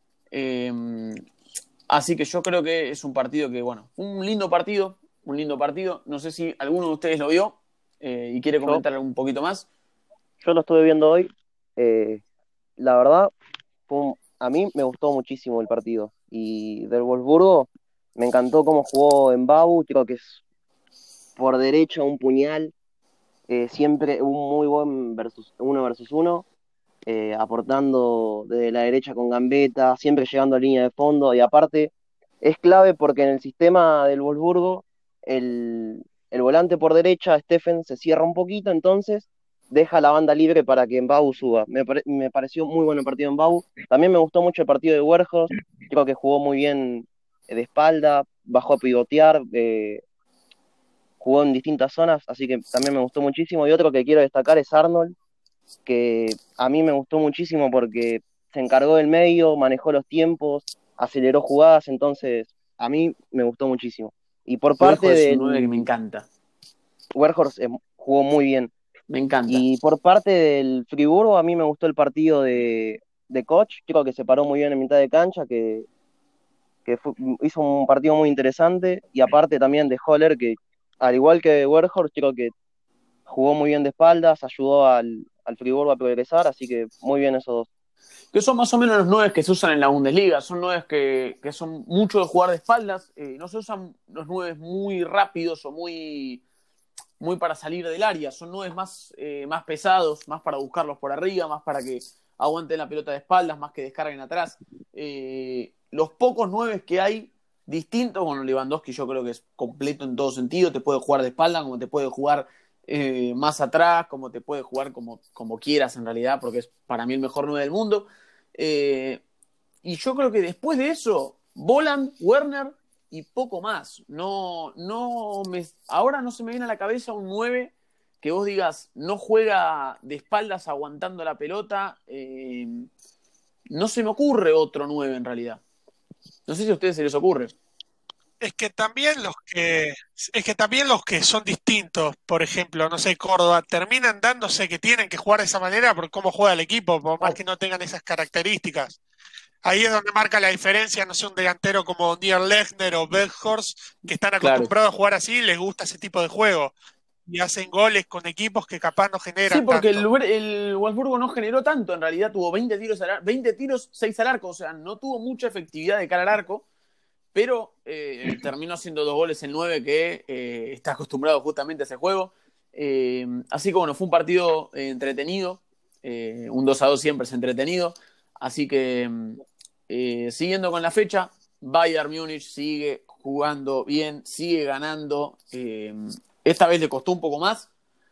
Así que yo creo que es un partido que, un lindo partido. No sé si alguno de ustedes lo vio y quiere comentar un poquito más. Yo lo estuve viendo hoy. La verdad, a mí me gustó muchísimo el partido. Y del Wolfsburgo me encantó cómo jugó Mbau. Creo que es por derecha un puñal. Siempre un muy buen uno versus uno. Aportando desde la derecha con gambeta, siempre llegando a línea de fondo, y aparte es clave porque en el sistema del Wolfsburgo el volante por derecha, Steffen, se cierra un poquito, entonces deja la banda libre para que Mbau suba. Me pareció muy bueno el partido de Mbau. También me gustó mucho el partido de Weghorst, creo que jugó muy bien de espalda, bajó a pivotear, jugó en distintas zonas, así que también me gustó muchísimo. Y otro que quiero destacar es Arnold, que a mí me gustó muchísimo porque se encargó del medio, manejó los tiempos, aceleró jugadas, entonces a mí me gustó muchísimo. Y por parte del 9 que me encanta. Weghorst jugó muy bien. Me encanta. Y por parte del Friburgo, a mí me gustó el partido de Koch, creo que se paró muy bien en mitad de cancha, que hizo un partido muy interesante, y aparte también de Höller, que al igual que Weghorst, creo que jugó muy bien de espaldas, ayudó al Friburgo a progresar, así que muy bien esos dos. Que son más o menos los 9 que se usan en la Bundesliga, son 9 que son mucho de jugar de espaldas, no se usan los 9 muy rápidos o muy para salir del área, son 9 más pesados, más para buscarlos por arriba, más para que aguanten la pelota de espaldas, más que descarguen atrás. Los pocos 9 que hay distintos, Lewandowski yo creo que es completo en todo sentido, te puede jugar de espalda como te puede jugar más atrás, como te puede jugar como quieras en realidad, porque es para mí el mejor 9 del mundo. Y yo creo que después de eso, Voland, Werner y poco más. Ahora no se me viene a la cabeza un 9 que vos digas, no juega de espaldas aguantando la pelota. No se me ocurre otro 9 en realidad. No sé si a ustedes se les ocurre. Es que también los que son distintos, por ejemplo, no sé, Córdoba, terminan dándose que tienen que jugar de esa manera por cómo juega el equipo, por más que no tengan esas características. Ahí es donde marca la diferencia, no sé, un delantero como Nier Lechner o Weghorst, que están Claro. acostumbrados a jugar así y les gusta ese tipo de juego. Y hacen goles con equipos que capaz no Sí, generan porque tanto. el Wolfsburgo no generó tanto, en realidad tuvo 20 tiros, 6 al arco, o sea, no tuvo mucha efectividad de cara al arco, pero terminó haciendo 2 goles el 9 que está acostumbrado justamente a ese juego. Así que bueno, fue un partido entretenido, un 2-2 siempre es entretenido, así que siguiendo con la fecha, Bayern Múnich sigue jugando bien, sigue ganando, esta vez le costó un poco más,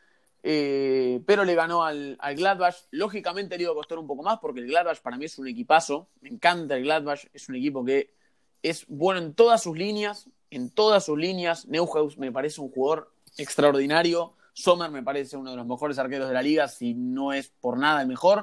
pero le ganó al Gladbach. Lógicamente le iba a costar un poco más porque el Gladbach para mí es un equipazo. Me encanta el Gladbach. Es un equipo que es bueno en todas sus líneas. En todas sus líneas. Neuhaus me parece un jugador extraordinario. Sommer me parece uno de los mejores arqueros de la liga, si no es por nada el mejor.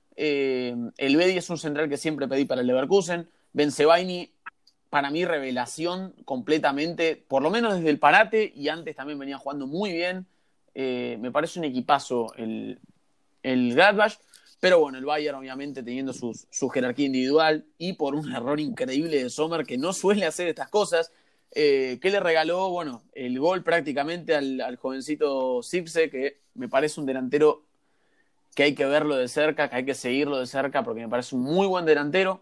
El Bedi es un central que siempre pedí para el Leverkusen. Bensebaini, para mí, revelación completamente, por lo menos desde el parate, y antes también venía jugando muy bien. Me parece un equipazo el Gladbach, pero bueno, el Bayern obviamente teniendo su jerarquía individual y por un error increíble de Sommer que no suele hacer estas cosas, que le regaló, bueno, el gol prácticamente al jovencito Zipse, que me parece un delantero que hay que verlo de cerca, que hay que seguirlo de cerca porque me parece un muy buen delantero.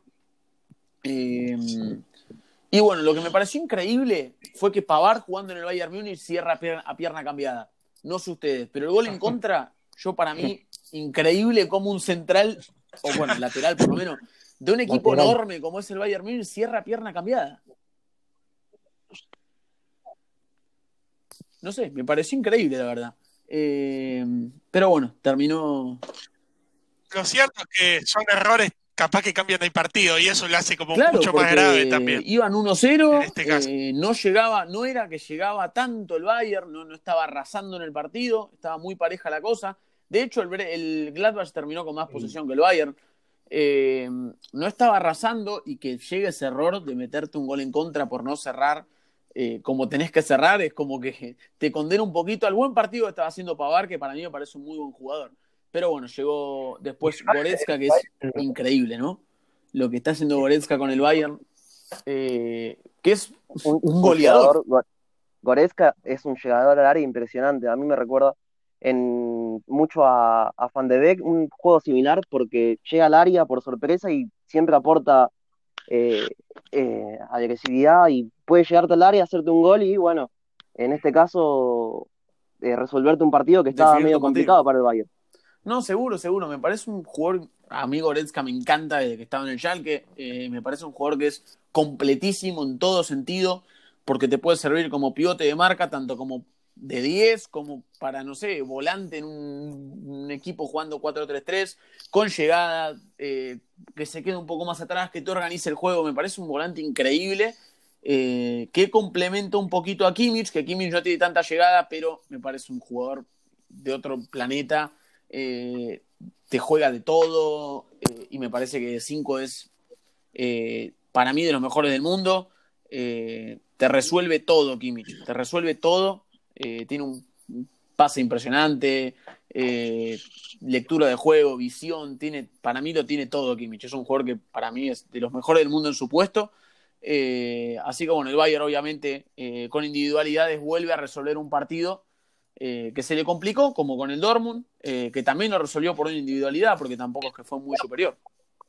Y bueno, lo que me pareció increíble fue que Pavard jugando en el Bayern Múnich cierra a pierna cambiada. No sé ustedes, pero el gol en contra, yo para mí, increíble como un central, o bueno, lateral por lo menos, de un equipo Lateral. enorme como es el Bayern Múnich, cierra a pierna cambiada. No sé, me pareció increíble, la verdad. Pero bueno, terminó. Lo cierto es que son errores capaz que cambian el partido y eso lo hace como Claro, mucho más grave porque también, iban en 1-0, este caso. no llegaba, no era que llegaba tanto el Bayern, no estaba arrasando en el partido, estaba muy pareja la cosa. De hecho, el Gladbach terminó con más posesión que el Bayern. No estaba arrasando y que llegue ese error de meterte un gol en contra por no cerrar como tenés que cerrar, es como que te condena un poquito al buen partido que estaba haciendo Pavard, que para mí me parece un muy buen jugador. Pero bueno, llegó después Goretzka, que es increíble, ¿no? Lo que está haciendo Goretzka con el Bayern, que es un goleador. Goretzka es un llegador al área impresionante. A mí me recuerda mucho a Van de Beek, un juego similar porque llega al área por sorpresa y siempre aporta eh, agresividad y puede llegarte al área, hacerte un gol y bueno, en este caso resolverte un partido que estaba Definirte medio un partido. complicado para el Bayern. No, seguro, seguro. Me parece un jugador, a mí Goretzka me encanta desde que estaba en el Schalke. Me parece un jugador que es completísimo en todo sentido, porque te puede servir como pivote de marca, tanto como de 10, como para, no sé, volante en un equipo jugando 4-3-3, con llegada, que se quede un poco más atrás, que te organice el juego. Me parece un volante increíble, que complementa un poquito a Kimmich, que Kimmich no tiene tanta llegada, pero me parece un jugador de otro planeta. Te juega de todo, y me parece que 5 es para mí de los mejores del mundo. Te resuelve todo Kimmich, te resuelve todo. Tiene un pase impresionante, lectura de juego, visión, para mí lo tiene todo Kimmich. Es un jugador que para mí es de los mejores del mundo en su puesto. Así que bueno, el Bayern obviamente con individualidades vuelve a resolver un partido que se le complicó, como con el Dortmund, que también lo resolvió por una individualidad, porque tampoco es que fue muy superior.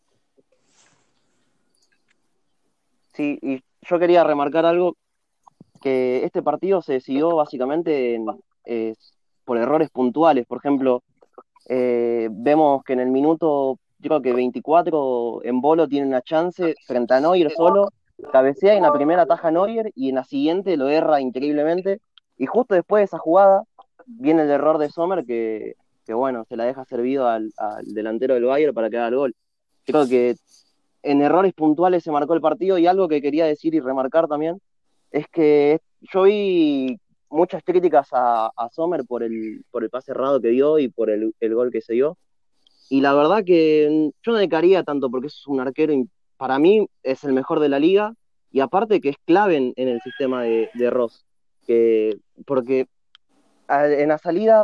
Sí, y yo quería remarcar algo, que este partido se decidió básicamente por errores puntuales. Por ejemplo, vemos que en el minuto, creo que 24, Embolo tiene una chance frente a Neuer solo, cabecea y en la primera ataja Neuer y en la siguiente lo erra increíblemente. Y justo después de esa jugada, viene el error de Sommer que bueno, se la deja servido al delantero del Bayern para que haga el gol. Creo que en errores puntuales se marcó el partido, y algo que quería decir y remarcar también es que yo vi muchas críticas a Sommer por el pase errado que dio y por el gol que se dio. Y la verdad que yo no le caería tanto porque es un arquero, para mí es el mejor de la liga, y aparte que es clave en el sistema de Ross. Porque en la salida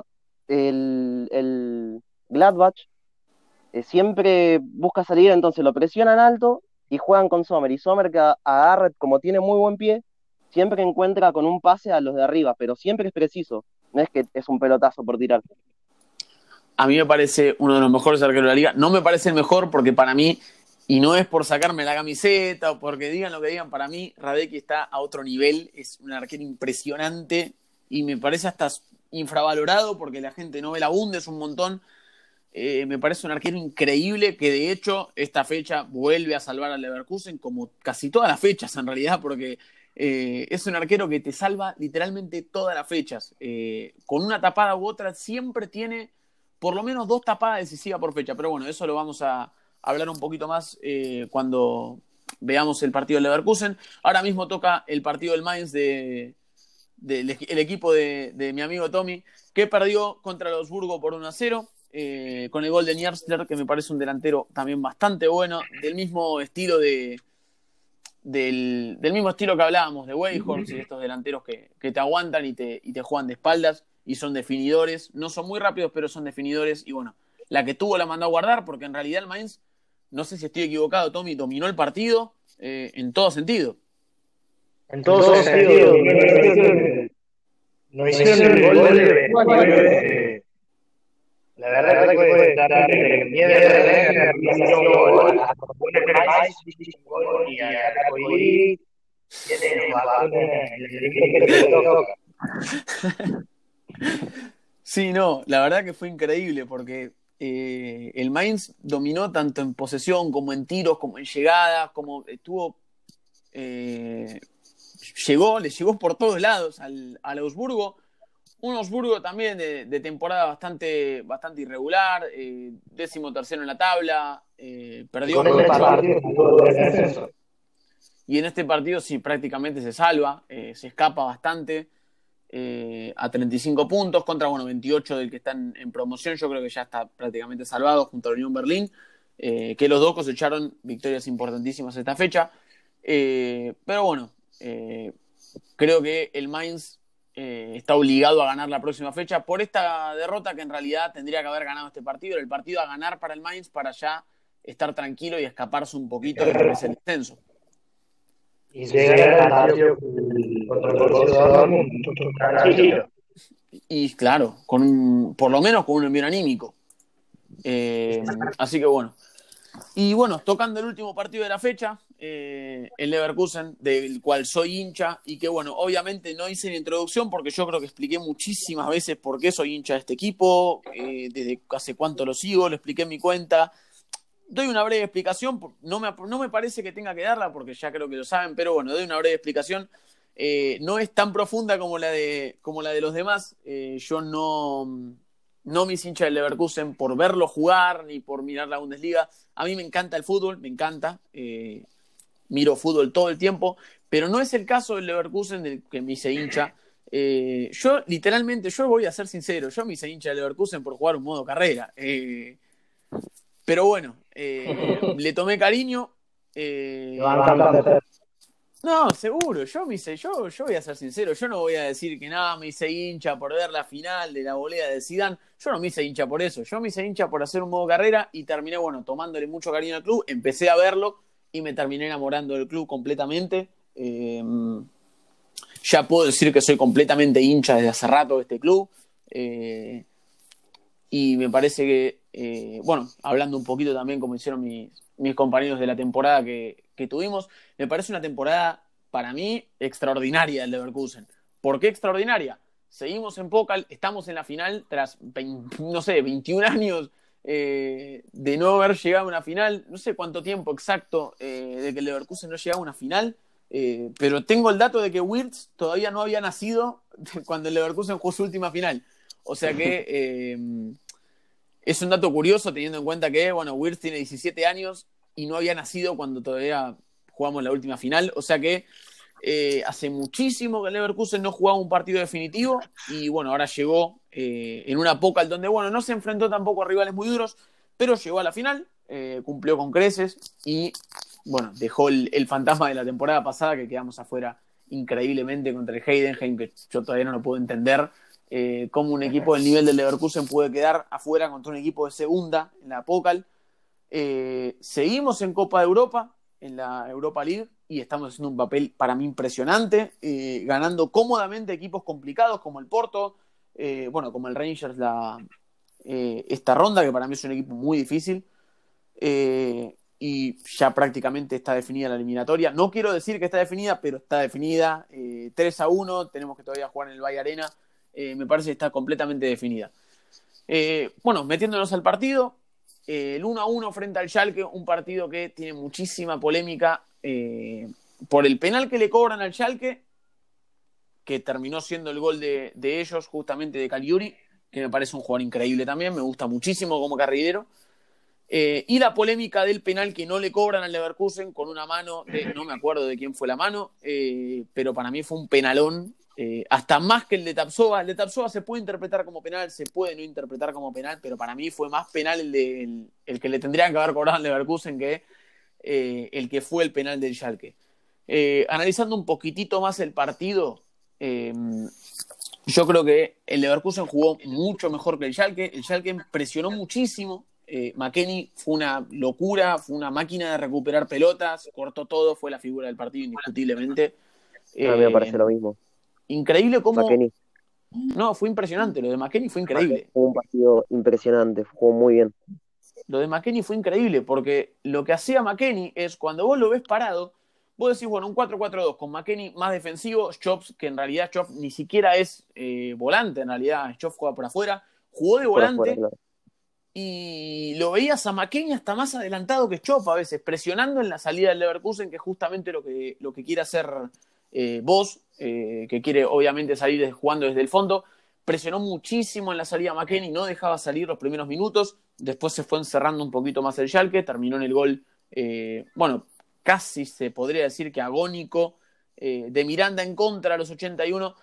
el Gladbach siempre busca salir, entonces lo presionan alto y juegan con Sommer. Y Sommer, que agarra, como tiene muy buen pie, siempre encuentra con un pase a los de arriba, pero siempre es preciso. No es que es un pelotazo por tirar. A mí me parece uno de los mejores arqueros de la liga. No me parece el mejor porque para mí, y no es por sacarme la camiseta o porque digan lo que digan, para mí Hradecky está a otro nivel. Es un arquero impresionante y me parece hasta infravalorado porque la gente no ve la Bundes un montón. Me parece un arquero increíble que de hecho esta fecha vuelve a salvar al Leverkusen, como casi todas las fechas en realidad, porque es un arquero que te salva literalmente todas las fechas. Con una tapada u otra siempre tiene por lo menos 2 tapadas decisivas por fecha, pero bueno, eso lo vamos a hablar un poquito más cuando veamos el partido del Leverkusen. Ahora mismo toca el partido del Mainz el equipo de mi amigo Tommy, que perdió contra el Augsburgo por 1-0. Con el gol de Nierstler, que me parece un delantero también bastante bueno, del mismo estilo del mismo estilo que hablábamos de Weghorst y de estos delanteros que te aguantan y te juegan de espaldas y son definidores. No son muy rápidos, pero son definidores. Y bueno, la que tuvo la mandó a guardar, porque en realidad el Mainz, no sé si estoy equivocado, Tommy, dominó el partido en todo sentido. En todo sentido. No hicieron el gol de la verdad que puede estar miedo y Sí, no, la verdad que fue increíble porque el Mainz dominó tanto en posesión como en tiros, como en llegadas, como estuvo le llegó por todos lados al Augsburgo. Un Augsburgo también de temporada bastante irregular, 13º en la tabla, perdió con este partido. Y en este partido sí prácticamente se salva, se escapa bastante a 35 puntos contra 28 del que están en promoción. Yo creo que ya está prácticamente salvado junto a la Unión Berlín, que los dos cosecharon victorias importantísimas esta fecha. Pero bueno, creo que el Mainz está obligado a ganar la próxima fecha por esta derrota que en realidad tendría que haber ganado este partido. Era el partido a ganar para el Mainz para ya estar tranquilo y escaparse un poquito de lo que es el descenso. Y llegar al partido contra el Borussia Dortmund tranquilo. Y claro, por lo menos con un envío anímico. Así que bueno. Y bueno, tocando el último partido de la fecha, el Leverkusen, del cual soy hincha, y que bueno, obviamente no hice la introducción porque yo creo que expliqué muchísimas veces por qué soy hincha de este equipo, desde hace cuánto lo sigo, lo expliqué en mi cuenta. Doy una breve explicación, no me parece que tenga que darla porque ya creo que lo saben, pero bueno, doy una breve explicación. No es tan profunda como la de los demás. Yo no me hincha del Leverkusen por verlo jugar ni por mirar la Bundesliga. A mí me encanta el fútbol, me encanta. Miro fútbol todo el tiempo, pero no es el caso del Leverkusen del que me hice hincha. Yo voy a ser sincero, yo me hice hincha del Leverkusen por jugar un modo carrera. Pero bueno, le tomé cariño. No, seguro, yo voy a ser sincero, yo no voy a decir que nada, me hice hincha por ver la final de la volea de Zidane. Yo no me hice hincha por eso, yo me hice hincha por hacer un modo carrera y terminé, bueno, tomándole mucho cariño al club, empecé a verlo y me terminé enamorando del club completamente. Ya puedo decir que soy completamente hincha desde hace rato de este club. Y me parece que, bueno, hablando un poquito también como hicieron mis compañeros de la temporada que tuvimos, me parece una temporada para mí extraordinaria del Leverkusen. ¿Por qué extraordinaria? Seguimos en Pokal, estamos en la final tras 21 años de no haber llegado a una final, no sé cuánto tiempo exacto de que el Leverkusen no llegaba a una final, pero tengo el dato de que Wirtz todavía no había nacido cuando el Leverkusen jugó su última final. O sea que es un dato curioso teniendo en cuenta que, bueno, Wirtz tiene 17 años y no había nacido cuando todavía jugamos la última final. O sea que hace muchísimo que el Leverkusen no jugaba un partido definitivo y, bueno, ahora llegó en una Pokal donde, bueno, no se enfrentó tampoco a rivales muy duros, pero llegó a la final, cumplió con creces y, bueno, dejó el fantasma de la temporada pasada que quedamos afuera increíblemente contra el Heidenheim, que yo todavía no lo puedo entender. Cómo un equipo del nivel del Leverkusen puede quedar afuera contra un equipo de segunda en la Pokal. Seguimos en Copa de Europa, en la Europa League, y estamos haciendo un papel para mí impresionante, ganando cómodamente equipos complicados como el Porto, como el Rangers esta ronda, que para mí es un equipo muy difícil, y ya prácticamente está definida la eliminatoria. No quiero decir que está definida, pero está definida. 3-1, tenemos que todavía jugar en el Valle Arena. Me parece que está completamente definida. Metiéndonos al partido, el 1-1 frente al Schalke, un partido que tiene muchísima polémica por el penal que le cobran al Schalke, que terminó siendo el gol de ellos, justamente de Caliuri, que me parece un jugador increíble también, me gusta muchísimo como carrilero. Y la polémica del penal que no le cobran al Leverkusen con una mano, no me acuerdo de quién fue la mano, pero para mí fue un penalón, hasta más que el de Tapsova. El de Tapsova se puede interpretar como penal, se puede no interpretar como penal, pero para mí fue más penal el que le tendrían que haber cobrado al Leverkusen que el que fue el penal del Schalke. Analizando un poquitito más el partido, yo creo que el Leverkusen jugó mucho mejor que el Schalke presionó muchísimo. McKennie fue una locura, fue una máquina de recuperar pelotas, cortó todo, fue la figura del partido indiscutiblemente. A mí me parece lo mismo. Increíble cómo... McKennie. No, fue impresionante, lo de McKennie fue increíble. Fue un partido impresionante, jugó muy bien. Lo de McKennie fue increíble, porque lo que hacía McKennie es, cuando vos lo ves parado, vos decís, bueno, un 4-4-2 con McKennie más defensivo, Schops, que en realidad Schops ni siquiera es volante, en realidad Schops juega por afuera, jugó de volante, Por afuera, claro. Y lo veías a McKennie hasta más adelantado que Schopp a veces, presionando en la salida del Leverkusen, que es justamente lo que quiere hacer Bosz, que quiere obviamente salir jugando desde el fondo. Presionó muchísimo en la salida a McKennie, no dejaba salir los primeros minutos, después se fue encerrando un poquito más el Schalke, terminó en el gol, casi se podría decir que agónico, de Miranda en contra a los 81.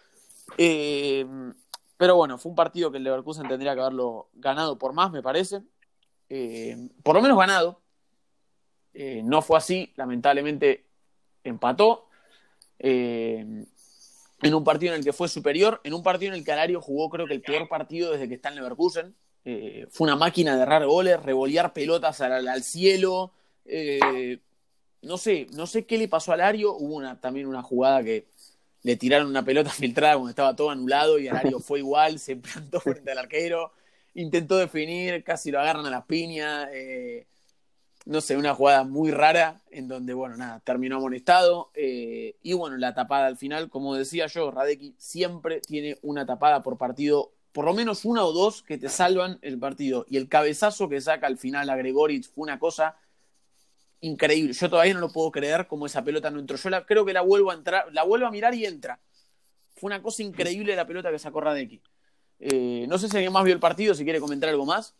Pero bueno, fue un partido que el Leverkusen tendría que haberlo ganado por más, me parece. Por lo menos ganado. No fue así, lamentablemente empató. En un partido en el que fue superior, en un partido en el que Alario jugó creo que el peor partido desde que está en Leverkusen. Fue una máquina de errar goles, revolear pelotas al cielo. No sé qué le pasó a Alario. Hubo también una jugada que le tiraron una pelota filtrada cuando estaba todo anulado y Alario fue igual, se plantó frente al arquero, intentó definir, casi lo agarran a las piñas. No sé, una jugada muy rara en donde, terminó amonestado. Y bueno, la tapada al final, como decía yo, Hradecky siempre tiene una tapada por partido, por lo menos una o dos que te salvan el partido. Y el cabezazo que saca al final a Gregoric fue una cosa increíble. Yo todavía no lo puedo creer como esa pelota no entró. Yo creo que la vuelvo a mirar y entra. Fue una cosa increíble la pelota que sacó Hradecky. No sé si alguien más vio el partido, si quiere comentar algo más.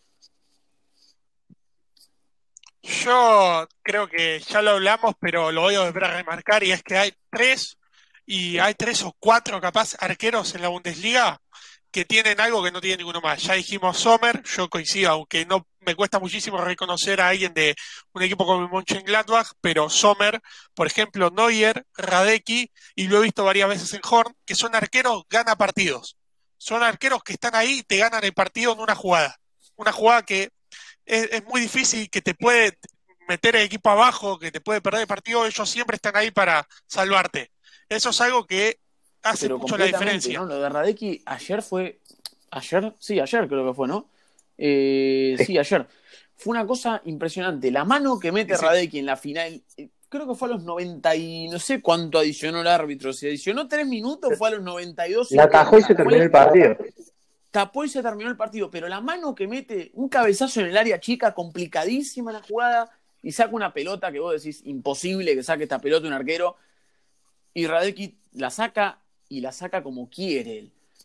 Yo creo que ya lo hablamos, pero lo voy a volver a remarcar, y es que hay tres o cuatro capaz arqueros en la Bundesliga que tienen algo que no tiene ninguno más. Ya dijimos Sommer, yo coincido, aunque no me cuesta muchísimo reconocer a alguien de un equipo como el Mönchengladbach, pero Sommer, por ejemplo, Neuer, Hradecky, y lo he visto varias veces en Horn, que son arqueros gana partidos. Son arqueros que están ahí y te ganan el partido en una jugada. Una jugada que es muy difícil, que te puede meter el equipo abajo, que te puede perder el partido. Ellos siempre están ahí para salvarte. Eso es algo que hace Pero mucho la diferencia. ¿no? Lo de Hradecky ayer creo que fue, ¿no? Sí, ayer. Fue una cosa impresionante. La mano que mete Hradecky en la final, creo que fue a los 90 y no sé cuánto adicionó el árbitro. Si adicionó 3 minutos, fue a los 92. La atajó y se terminó el partido. Tapó y se terminó el partido, pero la mano que mete, un cabezazo en el área chica, complicadísima la jugada, y saca una pelota que vos decís, imposible que saque esta pelota un arquero, y Hradecky la saca, y la saca como quiere él.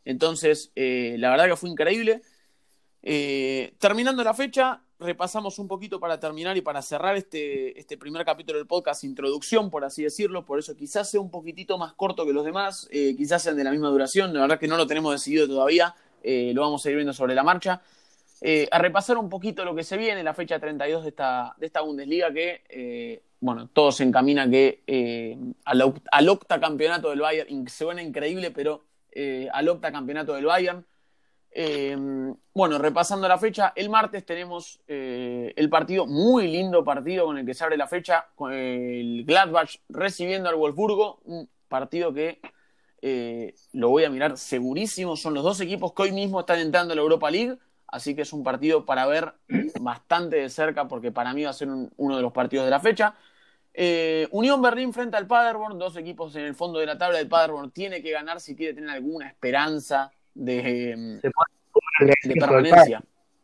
Entonces, la verdad que fue increíble. Terminando la fecha, repasamos un poquito para terminar y para cerrar este primer capítulo del podcast, introducción, por así decirlo. Por eso quizás sea un poquitito más corto que los demás, quizás sean de la misma duración. La verdad que no lo tenemos decidido todavía, lo vamos a ir viendo sobre la marcha. A repasar un poquito lo que se viene, la fecha 32 de esta Bundesliga, que todo se encamina que al octacampeonato del Bayern. Suena increíble, pero al octacampeonato del Bayern. Repasando la fecha, el martes tenemos el partido, muy lindo partido con el que se abre la fecha, con el Gladbach recibiendo al Wolfsburgo, un partido que lo voy a mirar segurísimo. Son los dos equipos que hoy mismo están entrando a la Europa League, así que es un partido para ver bastante de cerca, porque para mí va a ser uno de los partidos de la fecha. Unión Berlín frente al Paderborn, dos equipos en el fondo de la tabla. El Paderborn tiene que ganar si quiere tener alguna esperanza de permanencia.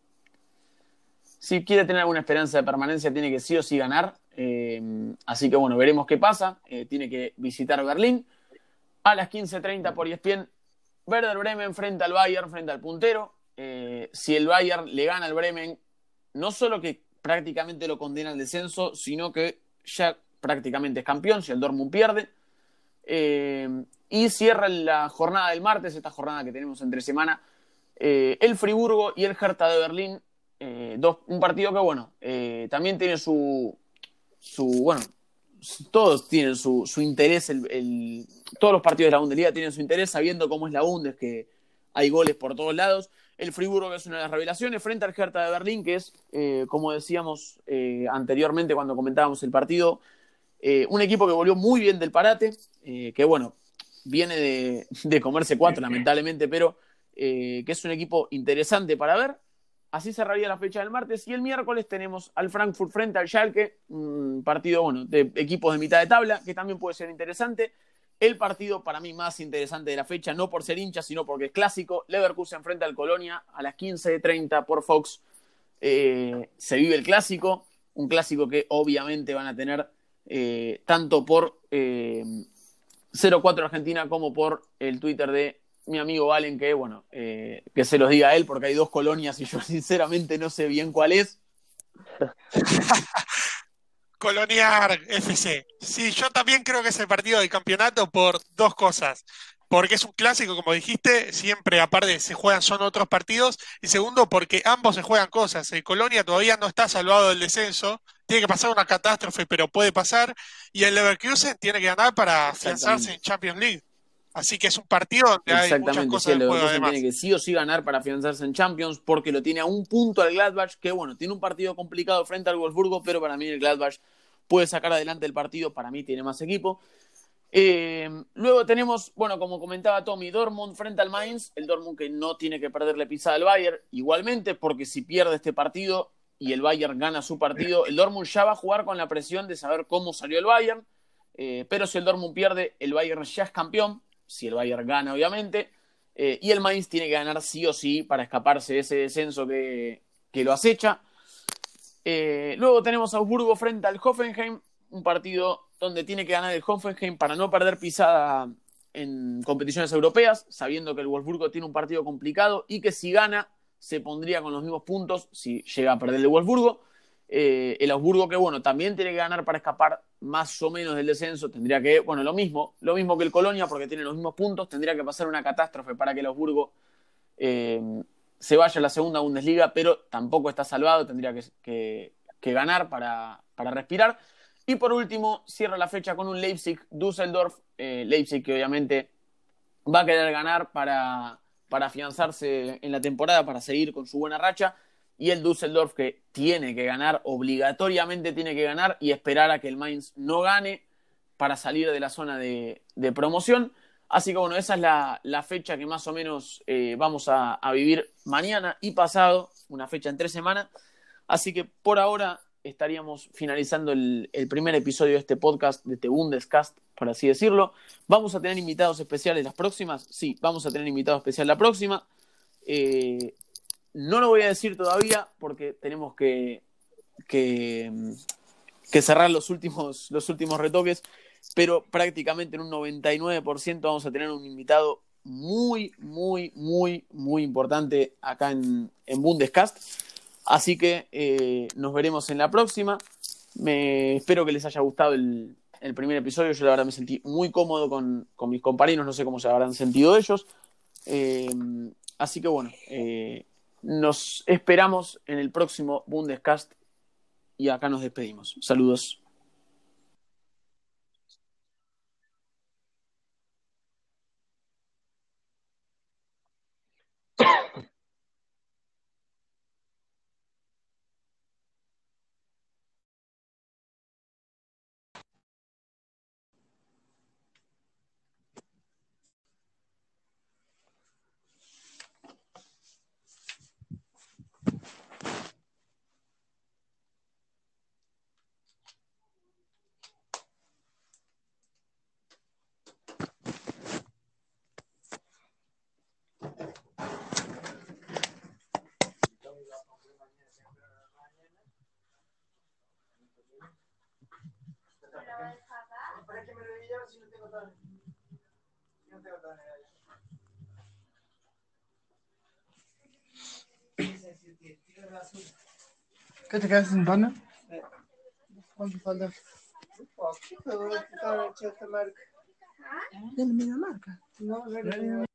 Si quiere tener alguna esperanza de permanencia, tiene que sí o sí ganar. Así que veremos qué pasa. Tiene que visitar Berlín. A las 15:30 por ESPN, Werder Bremen frente al Bayern, frente al puntero. Si el Bayern le gana al Bremen, no solo que prácticamente lo condena al descenso, sino que ya prácticamente es campeón si el Dortmund pierde. Y cierra la jornada del martes, esta jornada que tenemos entre semana, el Friburgo y el Hertha de Berlín. Un partido que también tiene todos tienen su interés. Todos los partidos de la Bundesliga tienen su interés, sabiendo cómo es la Bundes, que hay goles por todos lados. El Friburgo, que es una de las revelaciones, frente al Hertha de Berlín, que es, como decíamos anteriormente cuando comentábamos el partido, un equipo que volvió muy bien del parate, que viene de comerse 4, lamentablemente, pero que es un equipo interesante para ver. Así cerraría la fecha del martes. Y el miércoles tenemos al Frankfurt frente al Schalke, un partido de equipos de mitad de tabla, que también puede ser interesante. El partido para mí más interesante de la fecha, no por ser hincha, sino porque es clásico. Leverkusen frente al Colonia a las 15:30 por Fox. Se vive el clásico, un clásico que obviamente van a tener tanto por 04 Argentina como por el Twitter de mi amigo Valen, que se los diga a él, porque hay dos Colonias y yo sinceramente no sé bien cuál es. Colonia FC. Sí, yo también creo que es el partido del campeonato por dos cosas. Porque es un clásico, como dijiste, siempre aparte son otros partidos. Y segundo, porque ambos se juegan cosas. El Colonia todavía no está salvado del descenso. Tiene que pasar una catástrofe, pero puede pasar. Y el Leverkusen tiene que ganar para afianzarse en Champions League. Así que es un partido donde hay muchas cosas en juego, además. Tiene que sí o sí ganar para afianzarse en Champions, porque lo tiene a un punto al Gladbach, que tiene un partido complicado frente al Wolfsburgo, pero para mí el Gladbach puede sacar adelante el partido. Para mí tiene más equipo. Luego tenemos, como comentaba Tommy, Dortmund frente al Mainz. El Dortmund que no tiene que perderle pisada al Bayern igualmente, porque si pierde este partido y el Bayern gana su partido, el Dortmund ya va a jugar con la presión de saber cómo salió el Bayern. Pero si el Dortmund pierde, el Bayern ya es campeón. Si el Bayern gana, obviamente. Y el Mainz tiene que ganar sí o sí para escaparse de ese descenso que lo acecha. Luego tenemos a Augsburgo frente al Hoffenheim, un partido donde tiene que ganar el Hoffenheim para no perder pisada en competiciones europeas, sabiendo que el Wolfsburgo tiene un partido complicado y que si gana se pondría con los mismos puntos si llega a perder el Wolfsburgo. El Augsburgo que también tiene que ganar para escapar más o menos del descenso. Tendría que, lo mismo que el Colonia, porque tiene los mismos puntos. Tendría que pasar una catástrofe para que el Augsburgo se vaya a la segunda Bundesliga, pero tampoco está salvado. Tendría que ganar para respirar. Y por último, cierra la fecha con un Leipzig-Düsseldorf. Leipzig que obviamente va a querer ganar para afianzarse en la temporada, para seguir con su buena racha. Y el Düsseldorf que tiene que ganar, obligatoriamente tiene que ganar y esperar a que el Mainz no gane para salir de la zona de promoción. Así que esa es la fecha que más o menos vamos a vivir mañana y pasado, una fecha en 3 semanas. Así que por ahora estaríamos finalizando el primer episodio de este podcast, de este Bundescast, por así decirlo. ¿Vamos a tener invitados especiales las próximas? Sí, vamos a tener invitado especial la próxima. No lo voy a decir todavía porque tenemos que cerrar los últimos retoques, pero prácticamente en un 99% vamos a tener un invitado muy, muy, muy, muy importante acá en Bundescast. Así que nos veremos en la próxima. Espero que les haya gustado el primer episodio. Yo la verdad me sentí muy cómodo con mis compañeros. No sé cómo se habrán sentido ellos. Así que bueno, nos esperamos en el próximo Bundescast y acá nos despedimos. Saludos. ¿Qué te quedas sin pana? ¿Cuánto falta? ¿Qué te voy a quitar el marca? ¿De la misma marca? No,